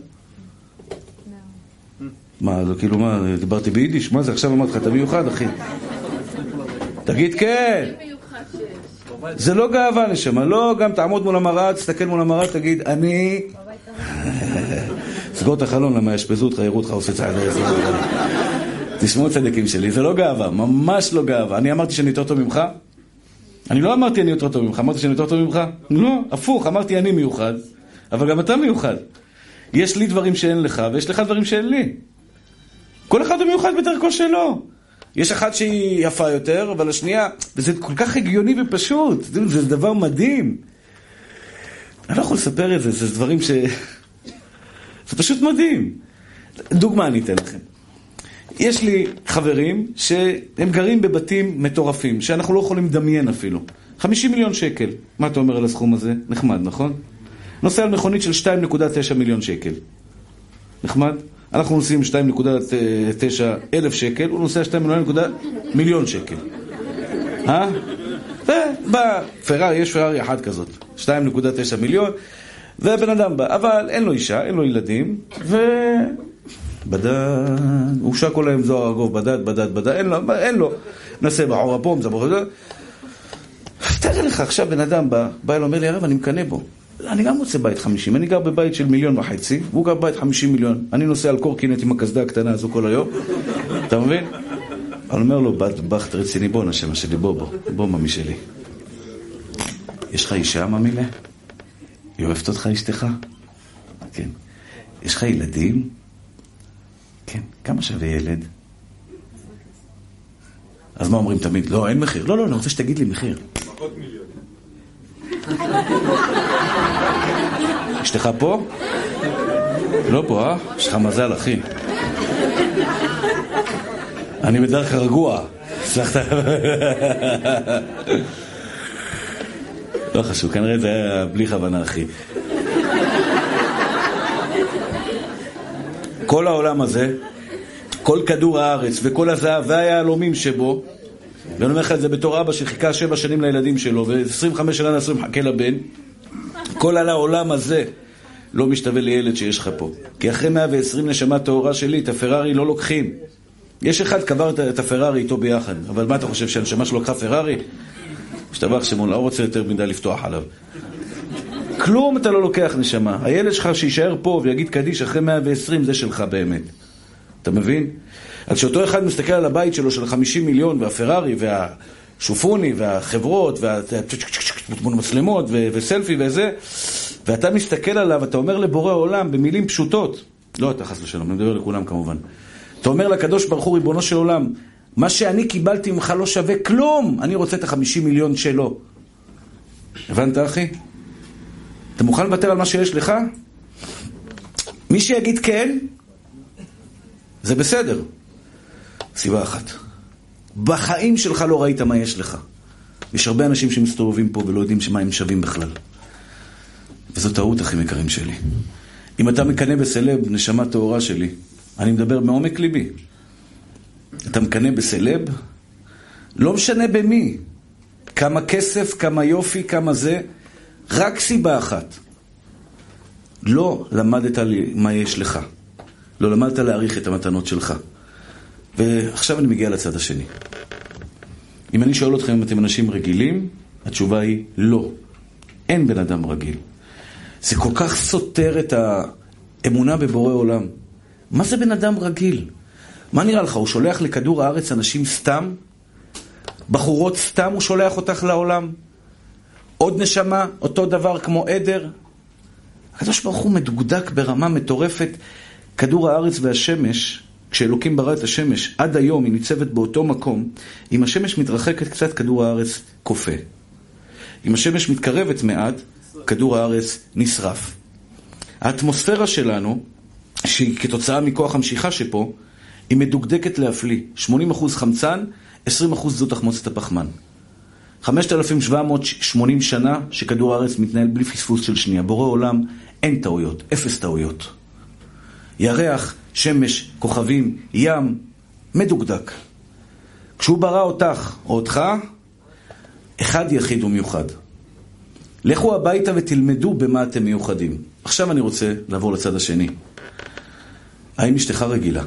A: מה, זה כאילו מה, דיברתי ביידיש? מה זה, עכשיו אמרתי לך, אתה מיוחד, אחי? תגיד כן. זה לא גאווה נשמה, לא גם תעמוד מול המראה, תסתכל מול המראה, תגיד, אני... סגור את החלון, למה ישפזו אותך, יראו אותך, עושה צעד איזה... תשמעו צדיקים שלי, זה לא גאווה, ממש לא גאווה. אני אמרתי שאני יותר טוב ממך? אני לא אמרתי אני יותר טוב ממך, אמרתי שאני יותר טוב ממך? לא, הפוך, אמרתי אני מיוחד, אבל גם אתה מיוחד. יש לי דברים שאין לך, ויש לך דברים שאין לי. כל אחד הוא מיוחד בדרכו שלו. יש אחת שהיא יפה יותר, אבל השנייה, וזה כל כך הגיוני ופשוט, זה דבר מדהים. אני לא יכול לספר את זה, זה דברים ש... זה פשוט מדהים. דוגמה אני אתן לכם. יש לי חברים שהם גרים בבתים מטורפים, שאנחנו לא יכולים לדמיין אפילו. 50 מיליון שקל. מה אתה אומר על הסכום הזה? נחמד, נכון? נוסע על מכונית של 2.9 מיליון שקל. נחמד? אנחנו נוסעים 2.9 אלף שקל, הוא נוסע 2.9 מיליון שקל. ובא פרארי, יש פרארי אחת כזאת, 2.9 מיליון, ובן אדם בא, אבל אין לו אישה, אין לו ילדים, בדד, הוא שק כל היום זוהר אגוב, בדד, אין לו, נסה בעור הפום, זה בוחר, תראה לך, עכשיו בן אדם בא אליו, אומר לי, הרב, אני מקנה בו. אני גם רוצה בית 50, אני גר בבית של 1.5 מיליון, והוא גר בבית 50 מיליון. אני נוסע על קורקינט עם הקסדה הקטנה הזו כל היום, אתה מבין? אני אומר לו, בחת רציני, בוא נשמה שלי, בוא ממי שלי. יש לך אישה, ממילה? היא אוהבת אותך אשתך? כן. יש לך ילדים? כן. כמה שווה ילד? אז מה אומרים תמיד? לא, אין מחיר. לא, אני רוצה שתגיד לי מחיר. פחות מיליון. אשתך פה? לא פה, יש לך מזל, אחי. אני בדרך רגוע. סלחת? לא חשוב, כנראה זה היה בלי כוונה, אחי. כל העולם הזה, כל כדור הארץ וכל הזהב והיהלומים שבו, ואני אומר לך את זה בתור אבא שחיכה 7 שנים לילדים שלו, ו25 שנה נעשו מחכה לבן, כל על העולם הזה לא משתווה לילד שיש לך פה. כי אחרי 120 נשמה תאורה שלי, את הפרארי לא לוקחים. יש אחד קבר את הפרארי איתו ביחד, אבל מה אתה חושב, שהנשמה שלו לקחה פרארי? משתבח שמו, לא רוצה יותר מדי לפתוח עליו. כלום אתה לא לוקח נשמה. הילד שלך שישאר פה ויגיד קדיש אחרי 120, זה שלך באמת. אתה מבין? אז שאותו אחד מסתכל על הבית שלו של 50 מיליון, והפרארי, והשופוני, והחברות, והמצלמות, וסלפי וזה, ואתה מסתכל עליו, אתה אומר לבורא עולם במילים פשוטות, לא אתה חס ושלום, אני מדבר לכולם כמובן, אתה אומר לקדוש ברוך הוא ריבונו של עולם, מה שאני קיבלתי ממך לא שווה כלום, אני רוצה את 50 מיליון שלו. הבנת אחי? אתה מוכן לוותר על מה שיש לך? מי שיגיד כן, זה בסדר. סיבה אחת. בחיים שלך לא ראית מה יש לך. יש הרבה אנשים שמסתובבים פה ולא יודעים שמה הם שווים בכלל. וזו טעות, אחים יקרים שלי. אם אתה מקנה בסלב, נשמה טהורה שלי, אני מדבר מעומק ליבי. אתה מקנה בסלב, לא משנה במי. כמה כסף, כמה יופי, כמה זה. רק סיבה אחת. לא למדת לי מה יש לך. לא למדת להעריך את המתנות שלך. ועכשיו אני מגיע לצד השני. אם אני שואל אתכם אם אתם אנשים רגילים, התשובה היא לא. אין בן אדם רגיל. זה כל כך סותר את האמונה בבורא עולם. מה זה בן אדם רגיל? מה נראה לך? הוא שולח לכדור הארץ אנשים סתם? בחורות סתם הוא שולח אותך לעולם? עוד נשמה, אותו דבר כמו עדר? הקדוש ברוך הוא מדוקדק ברמה מטורפת. כדור הארץ והשמש, כשאלוקים ברא את השמש, עד היום היא ניצבת באותו מקום. אם השמש מתרחקת קצת, כדור הארץ קופא. אם השמש מתקרבת מעט, כדור הארץ נשרף. האטמוספירה שלנו, שהיא כתוצאה מכוח המשיכה שפה, היא מדוקדקת להפליא. 80% חמצן, 20% זו תחמוצת הפחמן. 5,780 שנה שכדור הארץ מתנהל בלי פספוס של שנייה. בורא עולם, אין טעויות, אפס טעויות. ירח, שמש, כוכבים, ים, מדוקדק. כשהוא ברא אותך או אותך, אחד יחיד ומיוחד. לכו הביתה ותלמדו במה אתם מיוחדים. עכשיו אני רוצה לעבור לצד השני. האם אשתך רגילה?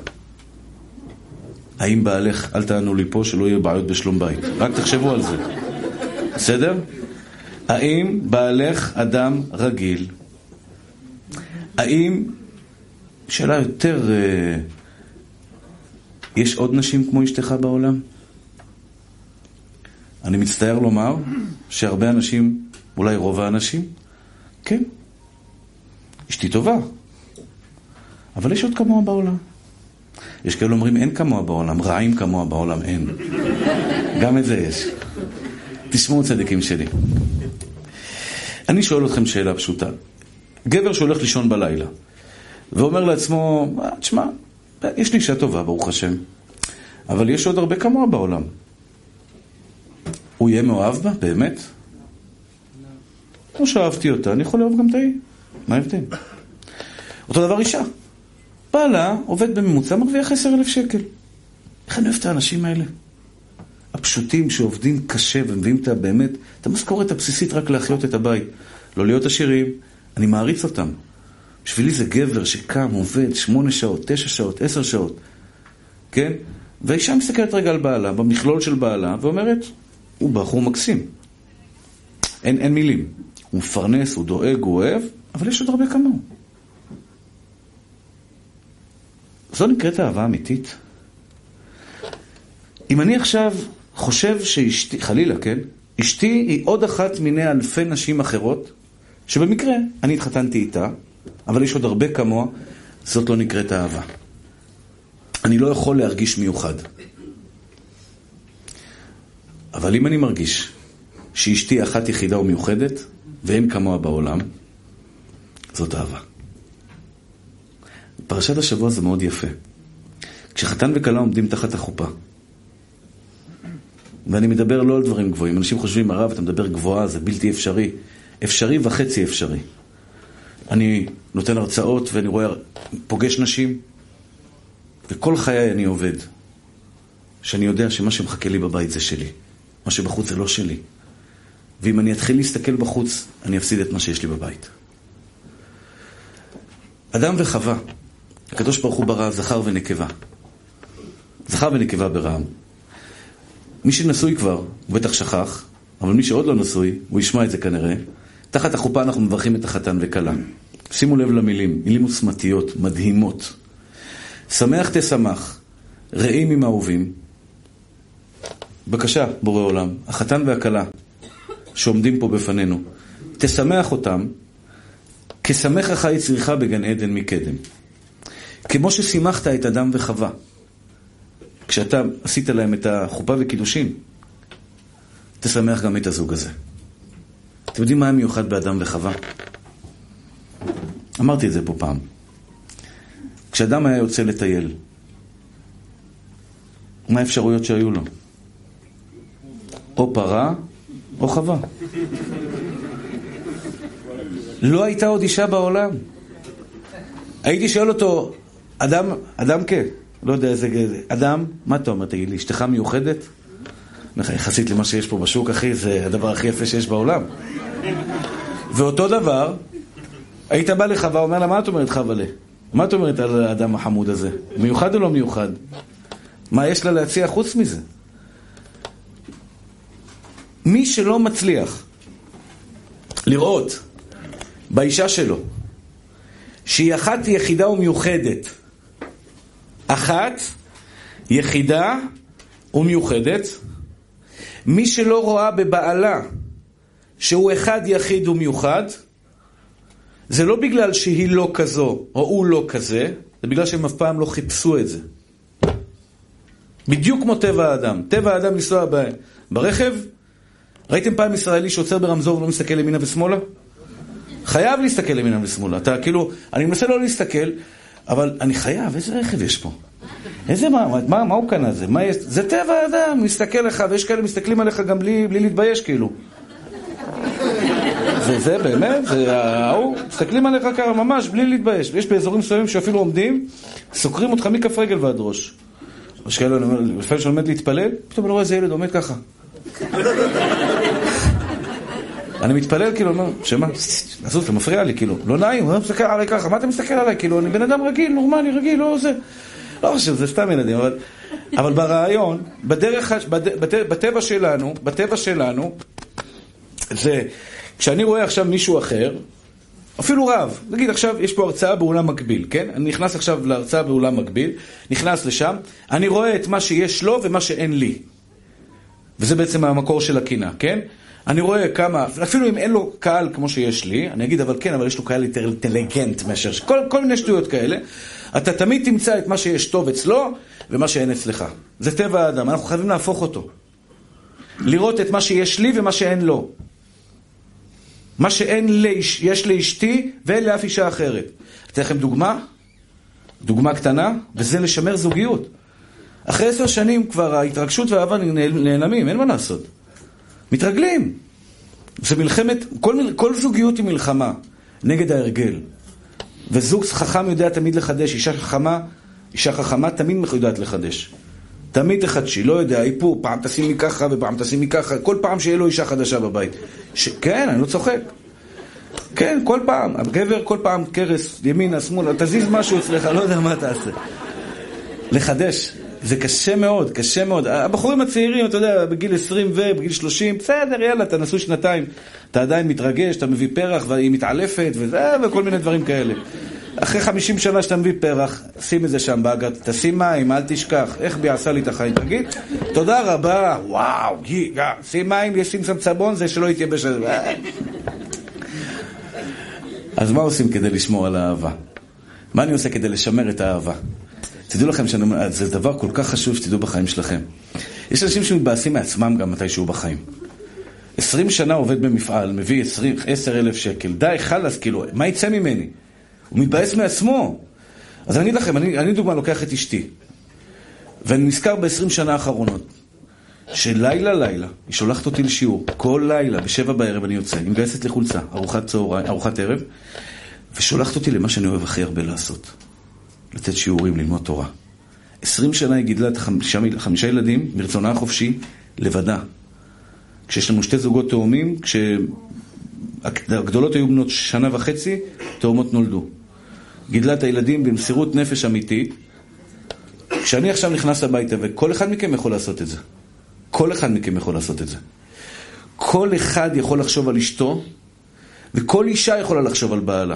A: האם בעלך, אל תענו לי פה שלא יהיה בעיות בשלום בית. רק תחשבו על זה. בסדר? האם בעלך אדם רגיל? האם, שאלה יותר, יש עוד נשים כמו אשתך בעולם? אני מצטער לומר שהרבה אנשים, אולי רוב האנשים, כן, אשתי טובה, אבל יש עוד כמוה בעולם. יש כאלה אומרים אין כמוה בעולם, רעים כמוה בעולם אין. גם את זה יש. תשמעו צדיקים שלי. אני שואל אתכם שאלה פשוטה. גבר שהולך לישון בלילה ואומר לעצמו, תשמע, יש לי אישה טובה ברוך השם, אבל יש עוד הרבה כמוה בעולם. הוא יהיה מאוהב בה? באמת? כמו שאהבתי אותה, אני יכול לאהוב גם תאי. מה ההבדל? אותו דבר אישה. בעלה עובד בממוצע, מרוויח 10,000 שקל. איך אני אוהב את האנשים האלה? הפשוטים שעובדים קשה ומביאים את המשכורת הבסיסית רק להחיות את הבית. לא להיות עשירים, אני מעריץ אותם. בשבילי זה גבר שקם, עובד 8 שעות, 9 שעות, 10 שעות. כן? והאישה מסתכלת רגע על בעלה, במכלול של בעלה, ואומרת, הוא בחור מקסים. אין מילים. הוא מפרנס, הוא דואג, הוא אוהב, אבל יש עוד הרבה כמוהו. זו נקראת אהבה אמיתית. אם אני עכשיו חושב שאשתי, חלילה, כן? אשתי היא עוד אחת מיני אלפי נשים אחרות, שבמקרה אני התחתנתי איתה, אבל יש עוד הרבה כמוה, זאת לא נקראת אהבה. אני לא יכול להרגיש מיוחד. אבל אם אני מרגיש שאשתי אחת יחידה ומיוחדת, ואין כמוה בעולם, זאת אהבה. פרשת השבוע זה מאוד יפה. כשחתן וכלה עומדים תחת החופה, ואני מדבר לא על דברים גבוהים, אנשים חושבים, הרב, אתה מדבר גבוהה, זה בלתי אפשרי. אפשרי וחצי אפשרי. אני נותן הרצאות ואני רואה, פוגש נשים, וכל חיי אני עובד, שאני יודע שמה שמחכה לי בבית זה שלי. מה שבחוץ זה לא שלי. ואם אני אתחיל להסתכל בחוץ, אני אפסיד את מה שיש לי בבית. אדם וחווה, הקדוש ברוך הוא ברא זכר ונקבה. זכר ונקבה ברעם. מי שנשוי כבר, הוא בטח שכח, אבל מי שעוד לא נשוי, הוא ישמע את זה כנראה. תחת החופה אנחנו מברכים את החתן וכלה. שימו לב למילים, מילים עוצמתיות, מדהימות. שמח תשמח, רעים עם אהובים. בבקשה, בורא עולם, החתן והכלה שעומדים פה בפנינו, תשמח אותם, כשמח לך יצריך בגן עדן מקדם. כמו ששימחת את אדם וחווה, כשאתה עשית להם את החופה וקידושים, תשמח גם את הזוג הזה. אתם יודעים מה המיוחד באדם וחווה? אמרתי את זה פה פעם. כשאדם היה יוצא לטייל, מה האפשרויות שהיו לו? או פרה או חווה. לא הייתה עוד אישה בעולם. הייתי שואל אותו, אדם כן, לא יודע איזה גזע, אדם, מה אתה אומר? תגיד לי, אשתך מיוחדת? יחסית למה שיש פה בשוק, אחי, זה הדבר הכי יפה שיש בעולם. ואותו דבר, היית בא לחווה, אומר לה, מה את אומרת חווה לה? מה את אומרת על האדם החמוד הזה? מיוחד או לא מיוחד? מה יש לה להציע חוץ מזה? מי שלא מצליח לראות באישה שלו שהיא אחת יחידה ומיוחדת, אחת יחידה ומיוחדת, מי שלא רואה בבעלה שהוא אחד יחיד ומיוחד, זה לא בגלל שהיא לא כזו או הוא לא כזה, זה בגלל שהם אף פעם לא חיפשו את זה. בדיוק כמו טבע האדם. טבע האדם לנסוע ברכב. ראיתם פעם ישראלי שעוצר ברמזור ולא מסתכל ימינה ושמאלה? חייב להסתכל ימינה ושמאלה. אתה כאילו, אני מנסה לא להסתכל, אבל אני חייב, איזה רכב יש פה? איזה מה הוא כאן הזה? מה יש? זה טבע האדם, מסתכל לך, ויש כאלה מסתכלים עליך גם בלי להתבייש כאילו. זה באמת, מסתכלים עליך ככה ממש בלי להתבייש. יש באזורים מסוימים שאפילו עומדים, סוקרים אותך מכף רגל ועד ראש. יש כאלה, לפעמים שעומד להתפלל, פתאום לא רואה איזה ילד עומד ככה. אני מתפלל כאילו, שמה? עזוב, אתה מפריע לי כאילו. לא נעים, אני מסתכל עליי ככה. מה אתה מסתכל עליי? כאילו, אני בן אדם רגיל, נורמלי, רגיל, לא זה. לא חושב, זה סתם ילדים, אבל ברעיון, בטבע שלנו, זה, כשאני רואה עכשיו מישהו אחר, אפילו רב, נגיד עכשיו יש פה הרצאה באולם מקביל, כן? אני נכנס עכשיו להרצאה באולם מקביל, נכנס לשם, אני רואה את מה שיש לו ומה שאין לי. וזה בעצם המקור של הקינה, כן? אני רואה כמה, אפילו אם אין לו קהל כמו שיש לי, אני אגיד אבל כן, אבל יש לו קהל יותר אינטליגנט מאשר, כל מיני שטויות כאלה, אתה תמיד תמצא את מה שיש טוב אצלו ומה שאין אצלך. זה טבע האדם, אנחנו חייבים להפוך אותו. לראות את מה שיש לי ומה שאין לו. מה שאין יש לאשתי ואין לאף אישה אחרת. אתן לכם דוגמה קטנה, וזה לשמר זוגיות. אחרי 10 שנים כבר ההתרגשות והאהבה נעלמים, אין מה לעשות. מתרגלים. זה מלחמת, כל זוגיות היא מלחמה נגד ההרגל. וזוג חכם יודע תמיד לחדש, אישה חכמה תמיד יודעת לחדש. תמיד תחדשי, לא יודע, איפור, פעם תשימי ככה ופעם תשימי ככה, כל פעם שיהיה לו אישה חדשה בבית. כן, אני לא צוחק. כן, כל פעם, הגבר כל פעם קרס, ימינה, שמאלה, תזיז משהו אצלך, לא יודע מה תעשה. לחדש, זה קשה מאוד, קשה מאוד. הבחורים הצעירים, אתה יודע, בגיל 20 ובגיל 30, בסדר, יאללה, אתה נסו 2 אתה עדיין מתרגש, אתה מביא פרח והיא מתעלפת וכל מיני דברים כאלה. אחרי 50 שנה שאתה מביא פרח, שים את זה שם באגת, תשים מים, אל תשכח. איך בי עשה לי את החיים? תגיד, תודה רבה, וואו, שים מים, ישים שם צבון, זה שלא יתייבש. אז מה עושים כדי לשמור על האהבה? מה אני עושה כדי לשמר את האהבה? תדעו לכם שזה דבר כל כך חשוב שתדעו בחיים שלכם. יש אנשים שמתבאסים מעצמם גם מתישהו בחיים. 20 שנה עובד במפעל, מביא 10,000 שקל, די, חלס, כאילו, מה יצא ממני? הוא מתבאס מעצמו. אז אני אגיד לכם, אני דוגמה לוקח את אשתי, ואני נזכר ב-20 שנה האחרונות, שלילה, היא שולחת אותי לשיעור, כל לילה, ב7 בערב אני יוצא, היא מגייסת לחולצה, ארוחת ערב, ושולחת אותי למה שאני אוהב הכי הרבה לעשות. לתת שיעורים, ללמוד תורה. 20 שנה היא גידלה את 5 ילדים, ברצונה החופשי, לבדה. כשיש לנו 2 זוגות תאומים, כשהגדולות היו בנות 1.5 שנה, תאומות נולדו. גידלה את הילדים במסירות נפש אמיתית. כשאני עכשיו נכנס הביתה, וכל אחד מכם יכול לעשות את זה. כל אחד מכם יכול לעשות את זה. כל אחד יכול לחשוב על אשתו, וכל אישה יכולה לחשוב על בעלה.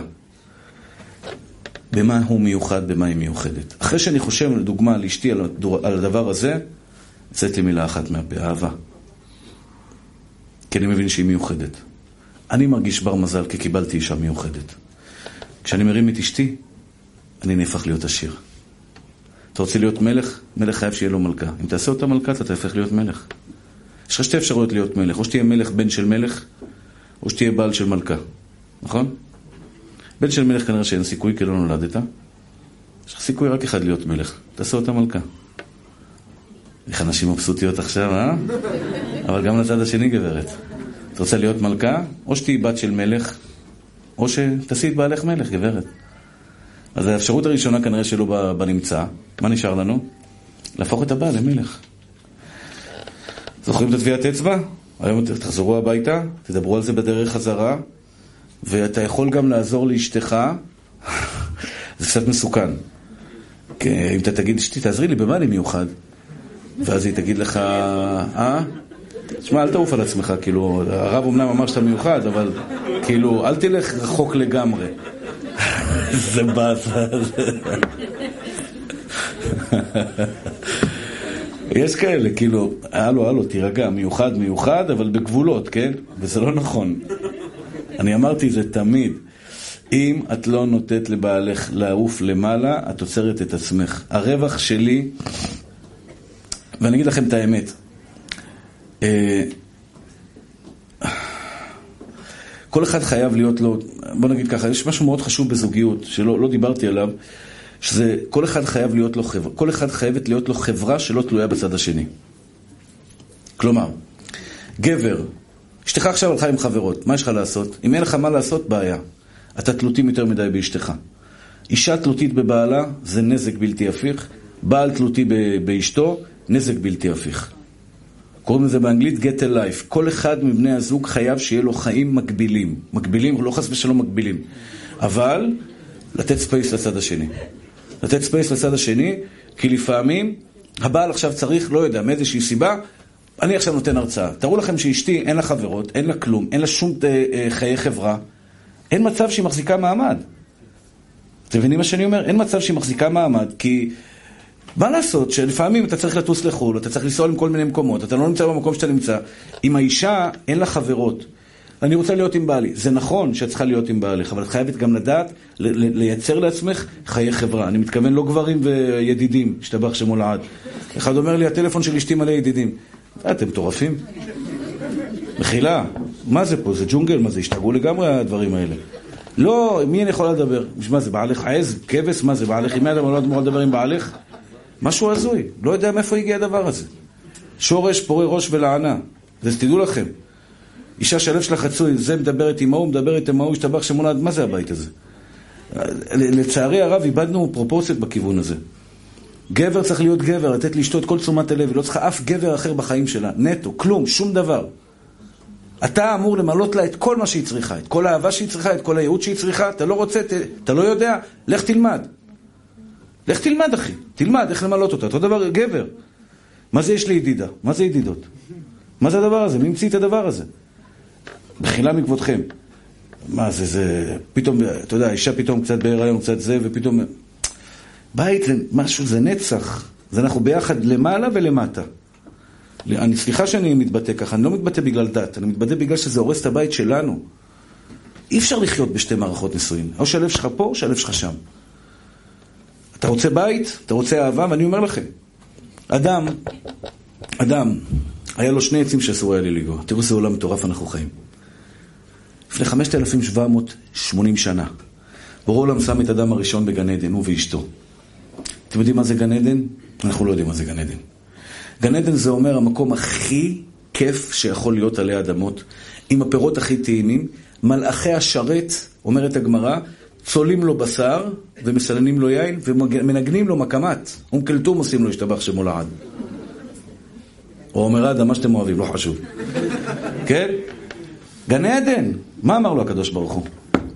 A: במה הוא מיוחד, במה היא מיוחדת. אחרי שאני חושב, לדוגמה, על אשתי, על הדבר הזה, יצאת לי מילה אחת מהפה, אהבה. כי אני מבין שהיא מיוחדת. אני מרגיש בר מזל כי קיבלתי אישה מיוחדת. כשאני מרים את אשתי, אני נהפך להיות עשיר. אתה רוצה להיות מלך? מלך חייב שיהיה לו מלכה. אם תעשה אותה מלכה, אתה תהפך להיות מלך. יש לך שתי אפשרויות להיות מלך. או שתהיה מלך בן של מלך, או שתהיה בעל של מלכה. נכון? בן של מלך כנראה שאין סיכוי, כי לא נולדת. יש לך סיכוי רק אחד להיות מלך. תעשה אותה מלכה. איך אנשים מבסוטיות עכשיו, אה? אבל גם לצד השני, גברת. אתה רוצה להיות מלכה? או שתהי בת של מלך, או שתעשי את בעלך מלך, גברת. אז האפשרות הראשונה כנראה שלא בנמצא. מה נשאר לנו? להפוך את הבעל למלך. זוכרים את טביעת אצבע? היום תחזרו הביתה, תדברו על זה בדרך חזרה, ואתה יכול גם לעזור לאשתך. זה קצת מסוכן. אם אתה תגיד, אשתי, תעזרי לי, במה אני מיוחד? ואז היא תגיד לך, תשמע, אל תעוף על עצמך, כאילו, הרב אמנם אמר שאתה מיוחד, אבל כאילו, אל תלך רחוק לגמרי. זה באסה. יש כאלה, כאילו, הלו, תירגע, מיוחד, אבל בגבולות, כן? וזה לא נכון. אני אמרתי זה תמיד. אם את לא נותנת לבעלך לעוף למעלה, את עוצרת את עצמך. הרווח שלי, ואני אגיד לכם את האמת, כל אחד חייב להיות לו, בוא נגיד ככה, יש משהו מאוד חשוב בזוגיות, שלא דיברתי עליו, שזה כל אחד חייב להיות לו חברה, כל אחד חייבת להיות לו חברה שלא תלויה בצד השני. כלומר, גבר, אשתך עכשיו הלכה עם חברות, מה יש לך לעשות? אם אין לך מה לעשות, בעיה. אתה תלותים יותר מדי באשתך. אישה תלותית בבעלה, זה נזק בלתי הפיך. בעל תלותי באשתו, נזק בלתי הפיך. קוראים לזה באנגלית get a life. כל אחד מבני הזוג חייב שיהיה לו חיים מקבילים. מקבילים, לא חס ושלום מקבילים. אבל, לתת ספייס לצד השני. לתת ספייס לצד השני, כי לפעמים, הבעל עכשיו צריך, לא יודע, מאיזושהי סיבה, אני עכשיו נותן הרצאה. תראו לכם שאשתי אין לה חברות, אין לה כלום, אין לה שום חיי חברה. אין מצב שהיא מחזיקה מעמד. אתם מבינים מה שאני אומר? אין מצב שהיא מחזיקה מעמד, כי מה לעשות שלפעמים אתה צריך לטוס לחול, אתה צריך לנסוע עם כל מיני מקומות, אתה לא נמצא במקום שאתה נמצא. עם האישה אין לה חברות. אני רוצה להיות עם בעלי. זה נכון שאת צריכה להיות עם בעלך, אבל את חייבת גם לדעת לייצר לעצמך חיי חברה. אני מתכוון לא גברים וידידים, השתבח שמו לעד. אחד אומר לי, הטלפון של אשתי מלא ידידים. אתם מטורפים? מחילה, מה זה פה? זה ג'ונגל? מה זה? השתגעו לגמרי הדברים האלה. לא, מי אני יכולה לדבר? מה זה, בעלך עז? כבש? מה זה, בעלך? אם אדם לא אמור לדבר עם בעלך? משהו הזוי. לא יודע מאיפה הגיע הדבר הזה. שורש, פורה ראש ולענה. זה תדעו לכם. אישה שהלב שלה חצוי, זה מדברת עם ההוא, מדברת עם ההוא, השתבח שמולד, מה זה הבית הזה? לצערי הרב, איבדנו פרופורציות בכיוון הזה. גבר צריך להיות גבר, לתת לאשתו את כל תשומת הלב, ולא צריכה אף גבר אחר בחיים שלה. נטו, כלום, שום דבר. אתה אמור למלות לה את כל מה שהיא צריכה, את כל האהבה שהיא צריכה, את כל הייעוד שהיא צריכה. אתה לא רוצה, אתה לא יודע, לך תלמד. לך תלמד, אחי. תלמד איך למלות אותה. אותו דבר, גבר. מה זה יש לי ידידה? מה זה ידידות? מה זה הדבר הזה? מי המציא את הדבר הזה? בחילה מכבודכם. מה זה פתאום, אתה יודע, אישה פתאום קצת בהיריון, קצת זה, ופתאום בית, משהו, זה נצח. זה אנחנו ביחד למעלה ולמטה. אני סליחה שאני מתבטא ככה, אני לא מתבטא בגלל דת, אני מתבטא בגלל שזה הורס את הבית שלנו. אי אפשר לחיות בשתי מערכות נישואים. או שהלב שלך פה, או שהלב שלך שם. אתה רוצה בית, אתה רוצה אהבה, ואני אומר לכם, אדם, היה לו שני עצים שאסור היה לי לגוע. תראו, זה עולם מטורף אנחנו חיים. לפני 5,780 שנה, בורא עולם שם את אדם הראשון בגן עדן, הוא ואשתו. אתם יודעים מה זה גן עדן? אנחנו לא יודעים מה זה גן עדן. גן עדן זה אומר המקום הכי כיף שיכול להיות עלי אדמות, עם הפירות הכי טעימים, מלאכי השרת, אומרת הגמרא, צולים לו בשר ומסלנים לו יין ומנגנים לו מקמת. אונקלטום עושים לו השתבח שמו לעד. או אומר אדם, מה שאתם אוהבים, לא חשוב. כן? גן עדן. מה אמר לו הקדוש ברוך הוא?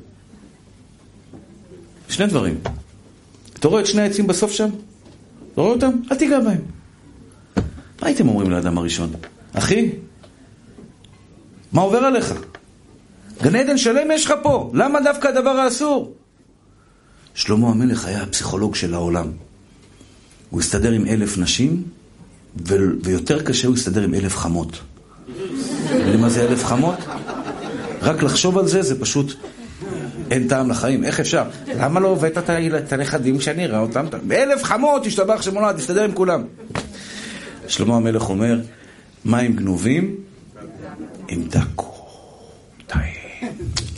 A: שני דברים. אתה רואה את שני העצים בסוף שם? אתה רואה אותם? אל תיגע בהם. מה הייתם אומרים לאדם הראשון? אחי, מה עובר עליך? גן עדן שלם יש לך פה, למה דווקא הדבר האסור? שלמה המלך היה הפסיכולוג של העולם. הוא הסתדר עם 1,000 נשים, ויותר קשה הוא הסתדר עם 1,000 חמות. ולמה זה 1,000 חמות? רק לחשוב על זה, זה פשוט אין טעם לחיים. איך אפשר? למה לא הבאת את הנכדים כשאני אראה אותם? 1,000 חמות, תשתבח שמונה, תסתדר עם כולם. שלמה המלך אומר, מים גנובים עם דקו. טעים.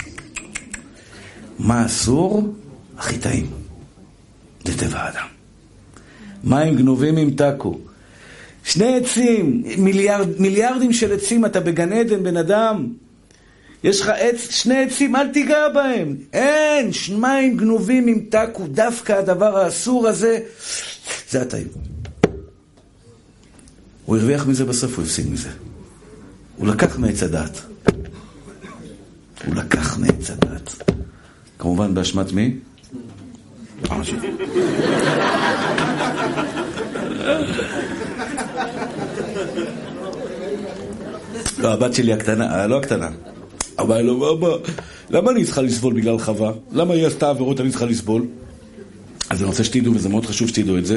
A: מה אסור? הכי טעים. זה טבע האדם. מים גנובים עם טקו. 2 עצים, מיליארדים של עצים, אתה בגן עדן, בן אדם. יש לך 2 עצים, אל תיגע בהם. אין, מים גנובים עם טקו, דווקא הדבר האסור הזה, זה הטעים. הוא הרוויח מזה בסוף, הוא הפסיד מזה. הוא לקח מעץ הדעת. הוא לקח מעץ הדעת. כמובן באשמת מי? לא, הבת שלי הקטנה, לא הקטנה. אבל לא, למה אני צריכה לסבול בגלל חווה? למה היא עשתה עבירות אני צריכה לסבול? אז אני רוצה שתדעו, וזה מאוד חשוב שתדעו את זה.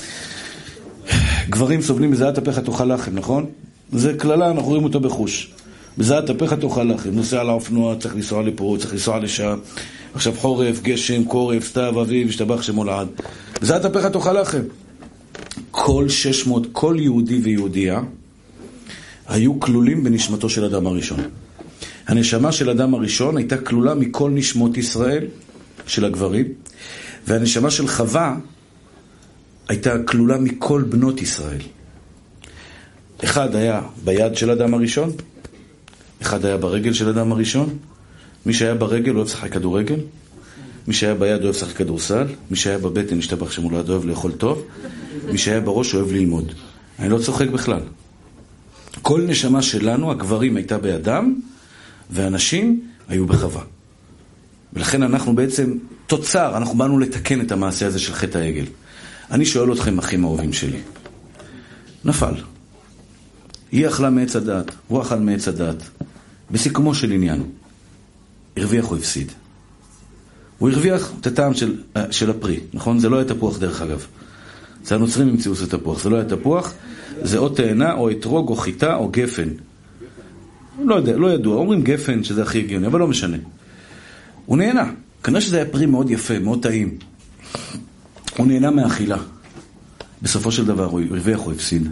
A: גברים סובלים בזיעת אפיך תאכל לחם, נכון? זה כללה, אנחנו רואים אותו בחוש. בזיעת אפיך תאכל לחם. נוסע על האופנוע, צריך לנסוע לפה, צריך לנסוע לשעה. עכשיו חורף, גשם, קורף, סתיו, אביב, השתבח שמו לעד. בזיעת אפיך תאכל לחם. כל 600, כל יהודי ויהודייה היו כלולים בנשמתו של אדם הראשון. הנשמה של אדם הראשון הייתה כלולה מכל נשמות ישראל, של הגברים, והנשמה של חווה הייתה כלולה מכל בנות ישראל. אחד היה ביד של אדם הראשון, אחד היה ברגל של אדם הראשון. מי שהיה ברגל אוהב לשחק כדורגל, מי שהיה ביד אוהב לשחק כדורסל, מי שהיה בבטן השתבח שמו לעד אוהב לאכול טוב, מי שהיה בראש אוהב ללמוד. אני לא צוחק בכלל. כל נשמה שלנו, הגברים הייתה באדם, והנשים היו בחווה. ולכן אנחנו בעצם תוצר, אנחנו באנו לתקן את המעשה הזה של חטא העגל. אני שואל אתכם, אחים האהובים שלי, נפל. היא אכלה מעץ הדעת, הוא אכל מעץ הדעת. בסיכומו של עניין, הרוויח או הפסיד. הוא הרוויח את הטעם של הפרי, נכון? זה לא היה תפוח דרך אגב. זה הנוצרים המציאו את תפוח, זה לא היה תפוח, זה או תאנה, או אתרוג, או חיטה, או גפן. לא יודע, לא ידוע, אומרים גפן שזה הכי הגיוני, אבל לא משנה. הוא נהנה, כנראה שזה היה פרי מאוד יפה, מאוד טעים. הוא נהנה מהאכילה. בסופו של דבר הוא הרוויח או הפסיד.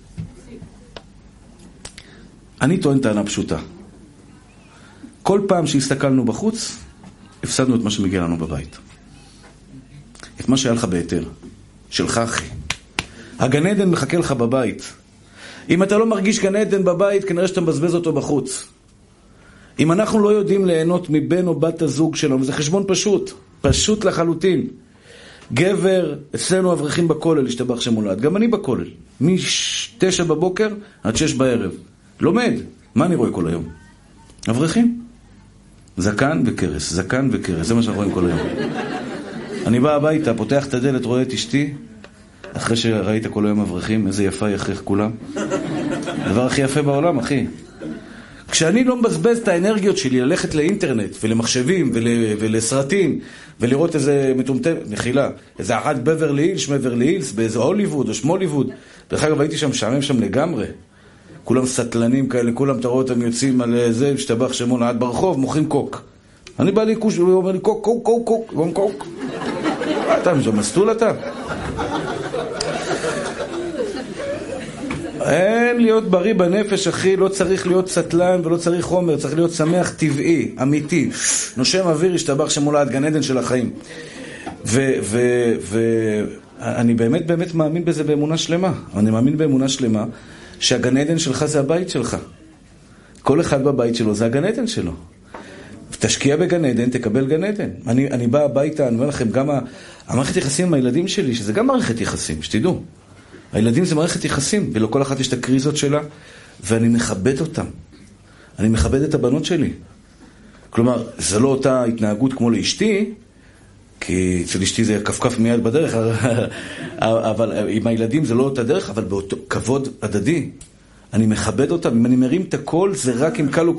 A: אני טוען טענה פשוטה. כל פעם שהסתכלנו בחוץ, הפסדנו את מה שמגיע לנו בבית. את מה שהיה לך ביתר. שלך אחי. הגן עדן מחכה לך בבית. אם אתה לא מרגיש גן עדן בבית, כנראה שאתה מבזבז אותו בחוץ. אם אנחנו לא יודעים ליהנות מבן או בת הזוג שלנו, זה חשבון פשוט. פשוט לחלוטין. גבר, אצלנו אברכים בכולל, השתבח שמולד. גם אני בכולל. מ-9 בבוקר עד 6 בערב. לומד. מה אני רואה כל היום? אברכים. זקן וקרס, זקן וקרס. זה מה שאנחנו רואים כל היום. אני בא הביתה, פותח את הדלת, רואה את אשתי. אחרי שראית כל היום אברכים, איזה יפה יחריך כולם. הדבר הכי יפה בעולם, אחי. כשאני לא מבזבז את האנרגיות שלי ללכת לאינטרנט ולמחשבים ולסרטים ולראות איזה מטומטם, מחילה, איזה אחת בברלי הילס, שמברלי הילס, באיזה הוליווד או שמוליווד. דרך אגב, הייתי שם שעמם שם לגמרי. כולם סטלנים כאלה, כולם תראו אותם יוצאים על זה, משתבח שמון עד ברחוב, מוכרים קוק. אני בא לי קוש, הוא אומר לי קוק, קוק, קוק, קוק, הוא אומר קוק. אתה מסטול אתה? אין להיות בריא בנפש, אחי, לא צריך להיות סטלן ולא צריך חומר, צריך להיות שמח טבעי, אמיתי, נושם אוויר, השתבח שמולד, גן עדן של החיים. ואני באמת מאמין בזה באמונה שלמה. אני מאמין באמונה שלמה שהגן עדן שלך זה הבית שלך. כל אחד בבית שלו זה הגן עדן שלו. תשקיע בגן עדן, תקבל גן עדן. אני בא הביתה, אני אומר לכם, גם המערכת יחסים עם הילדים שלי, שזה גם מערכת יחסים, שתדעו. הילדים זה מערכת יחסים, ולכל אחת יש את הקריזות שלה, ואני מכבד אותם. אני מכבד את הבנות שלי. כלומר, זה לא אותה התנהגות כמו לאשתי, כי אצל אשתי זה כפכף מיד בדרך, אבל עם הילדים זה לא אותה דרך, אבל באותו כבוד הדדי. אני מכבד אותם. אם אני מרים את הקול, זה רק אם קלו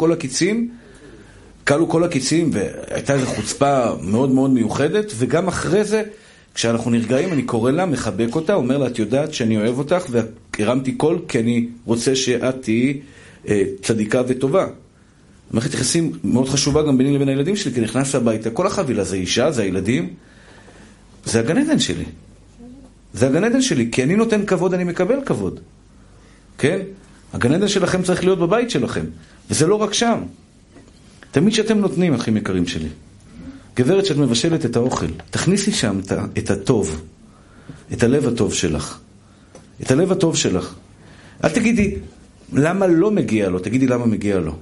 A: כל הקיצים, והייתה איזו חוצפה מאוד מאוד מיוחדת, וגם אחרי זה, כשאנחנו נרגעים, אני קורא לה, מחבק אותה, אומר לה, את יודעת שאני אוהב אותך, והרמתי קול, כי אני רוצה שאת תהיי צדיקה וטובה. מערכת יחסים מאוד חשובה גם ביני לבין הילדים שלי, כי נכנס הביתה, כל החבילה זה אישה, זה הילדים, זה הגן עדן שלי. זה הגן עדן שלי, כי אני נותן כבוד, אני מקבל כבוד. כן? הגן עדן שלכם צריך להיות בבית שלכם, וזה לא רק שם. תמיד שאתם נותנים, אחים יקרים שלי. גברת שאת מבשלת את האוכל, תכניסי שם את הטוב, את הלב הטוב שלך. את הלב הטוב שלך. אל תגידי, למה לא מגיע לו? תגידי למה מגיע לו.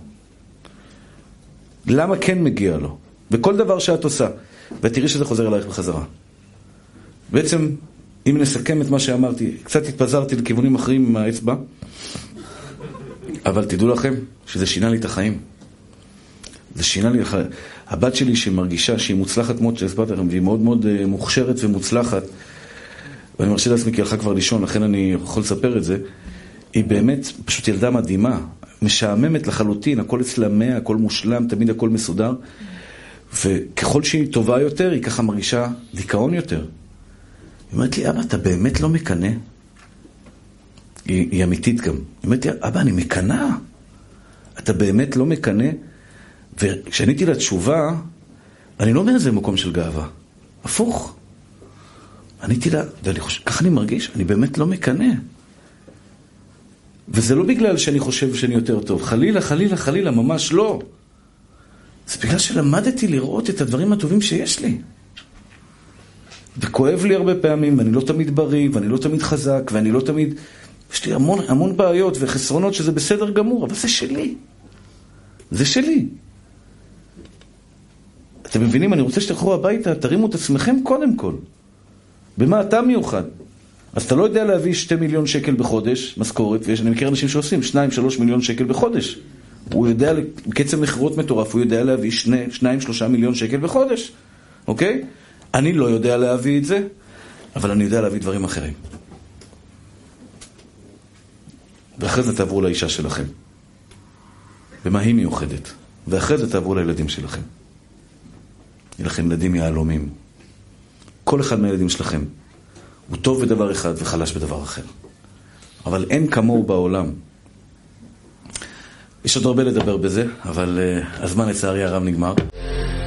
A: למה כן מגיע לו? וכל דבר שאת עושה, ותראי שזה חוזר אלייך בחזרה. בעצם, אם נסכם את מה שאמרתי, קצת התפזרתי לכיוונים אחרים עם האצבע, אבל תדעו לכם שזה שינה לי את החיים. זה שינה לי החיים. הבת שלי שמרגישה שהיא מוצלחת מאוד, שהסברתי לכם, והיא מאוד מאוד מוכשרת ומוצלחת, ואני מרשה לעצמי כי הלכה כבר לישון, לכן אני יכול לספר את זה, היא באמת פשוט ילדה מדהימה, משעממת לחלוטין, הכל אצלה 100, הכל מושלם, תמיד הכל מסודר, וככל שהיא טובה יותר, היא ככה מרגישה דיכאון יותר. היא אומרת לי, אבא, אתה באמת לא מקנה? היא אמיתית גם. היא אומרת לי, אבא, אני מקנה. אתה באמת לא מקנה? וכשעניתי לה תשובה, אני לא אומר איזה מקום של גאווה. הפוך. עניתי לה, ככה אני מרגיש, אני באמת לא מקנה. וזה לא בגלל שאני חושב שאני יותר טוב. חלילה, חלילה, חלילה, ממש לא. זה בגלל שלמדתי לראות את הדברים הטובים שיש לי. וכואב לי הרבה פעמים, ואני לא תמיד בריא, ואני לא תמיד חזק, ואני לא תמיד... יש לי המון בעיות וחסרונות שזה בסדר גמור, אבל זה שלי. זה שלי. אתם מבינים? אני רוצה שתלכו הביתה, תרימו את עצמכם קודם כל. במה אתה מיוחד? אז אתה לא יודע להביא 2 מיליון שקל בחודש, משכורת, ואני מכיר אנשים שעושים 2-3 מיליון שקל בחודש. הוא יודע, בקצב מחירות מטורף, הוא יודע להביא 2-3 מיליון שקל בחודש. אוקיי? אני לא יודע להביא את זה, אבל אני יודע להביא דברים אחרים. ואחרי זה תעברו לאישה שלכם. במה היא מיוחדת. ואחרי זה תעברו לילדים שלכם. יהיה לכם ילדים יעלומים. כל אחד מהילדים שלכם הוא טוב בדבר אחד וחלש בדבר אחר. אבל אין כמוהו בעולם. יש עוד הרבה לדבר בזה, אבל הזמן לצערי הרב נגמר.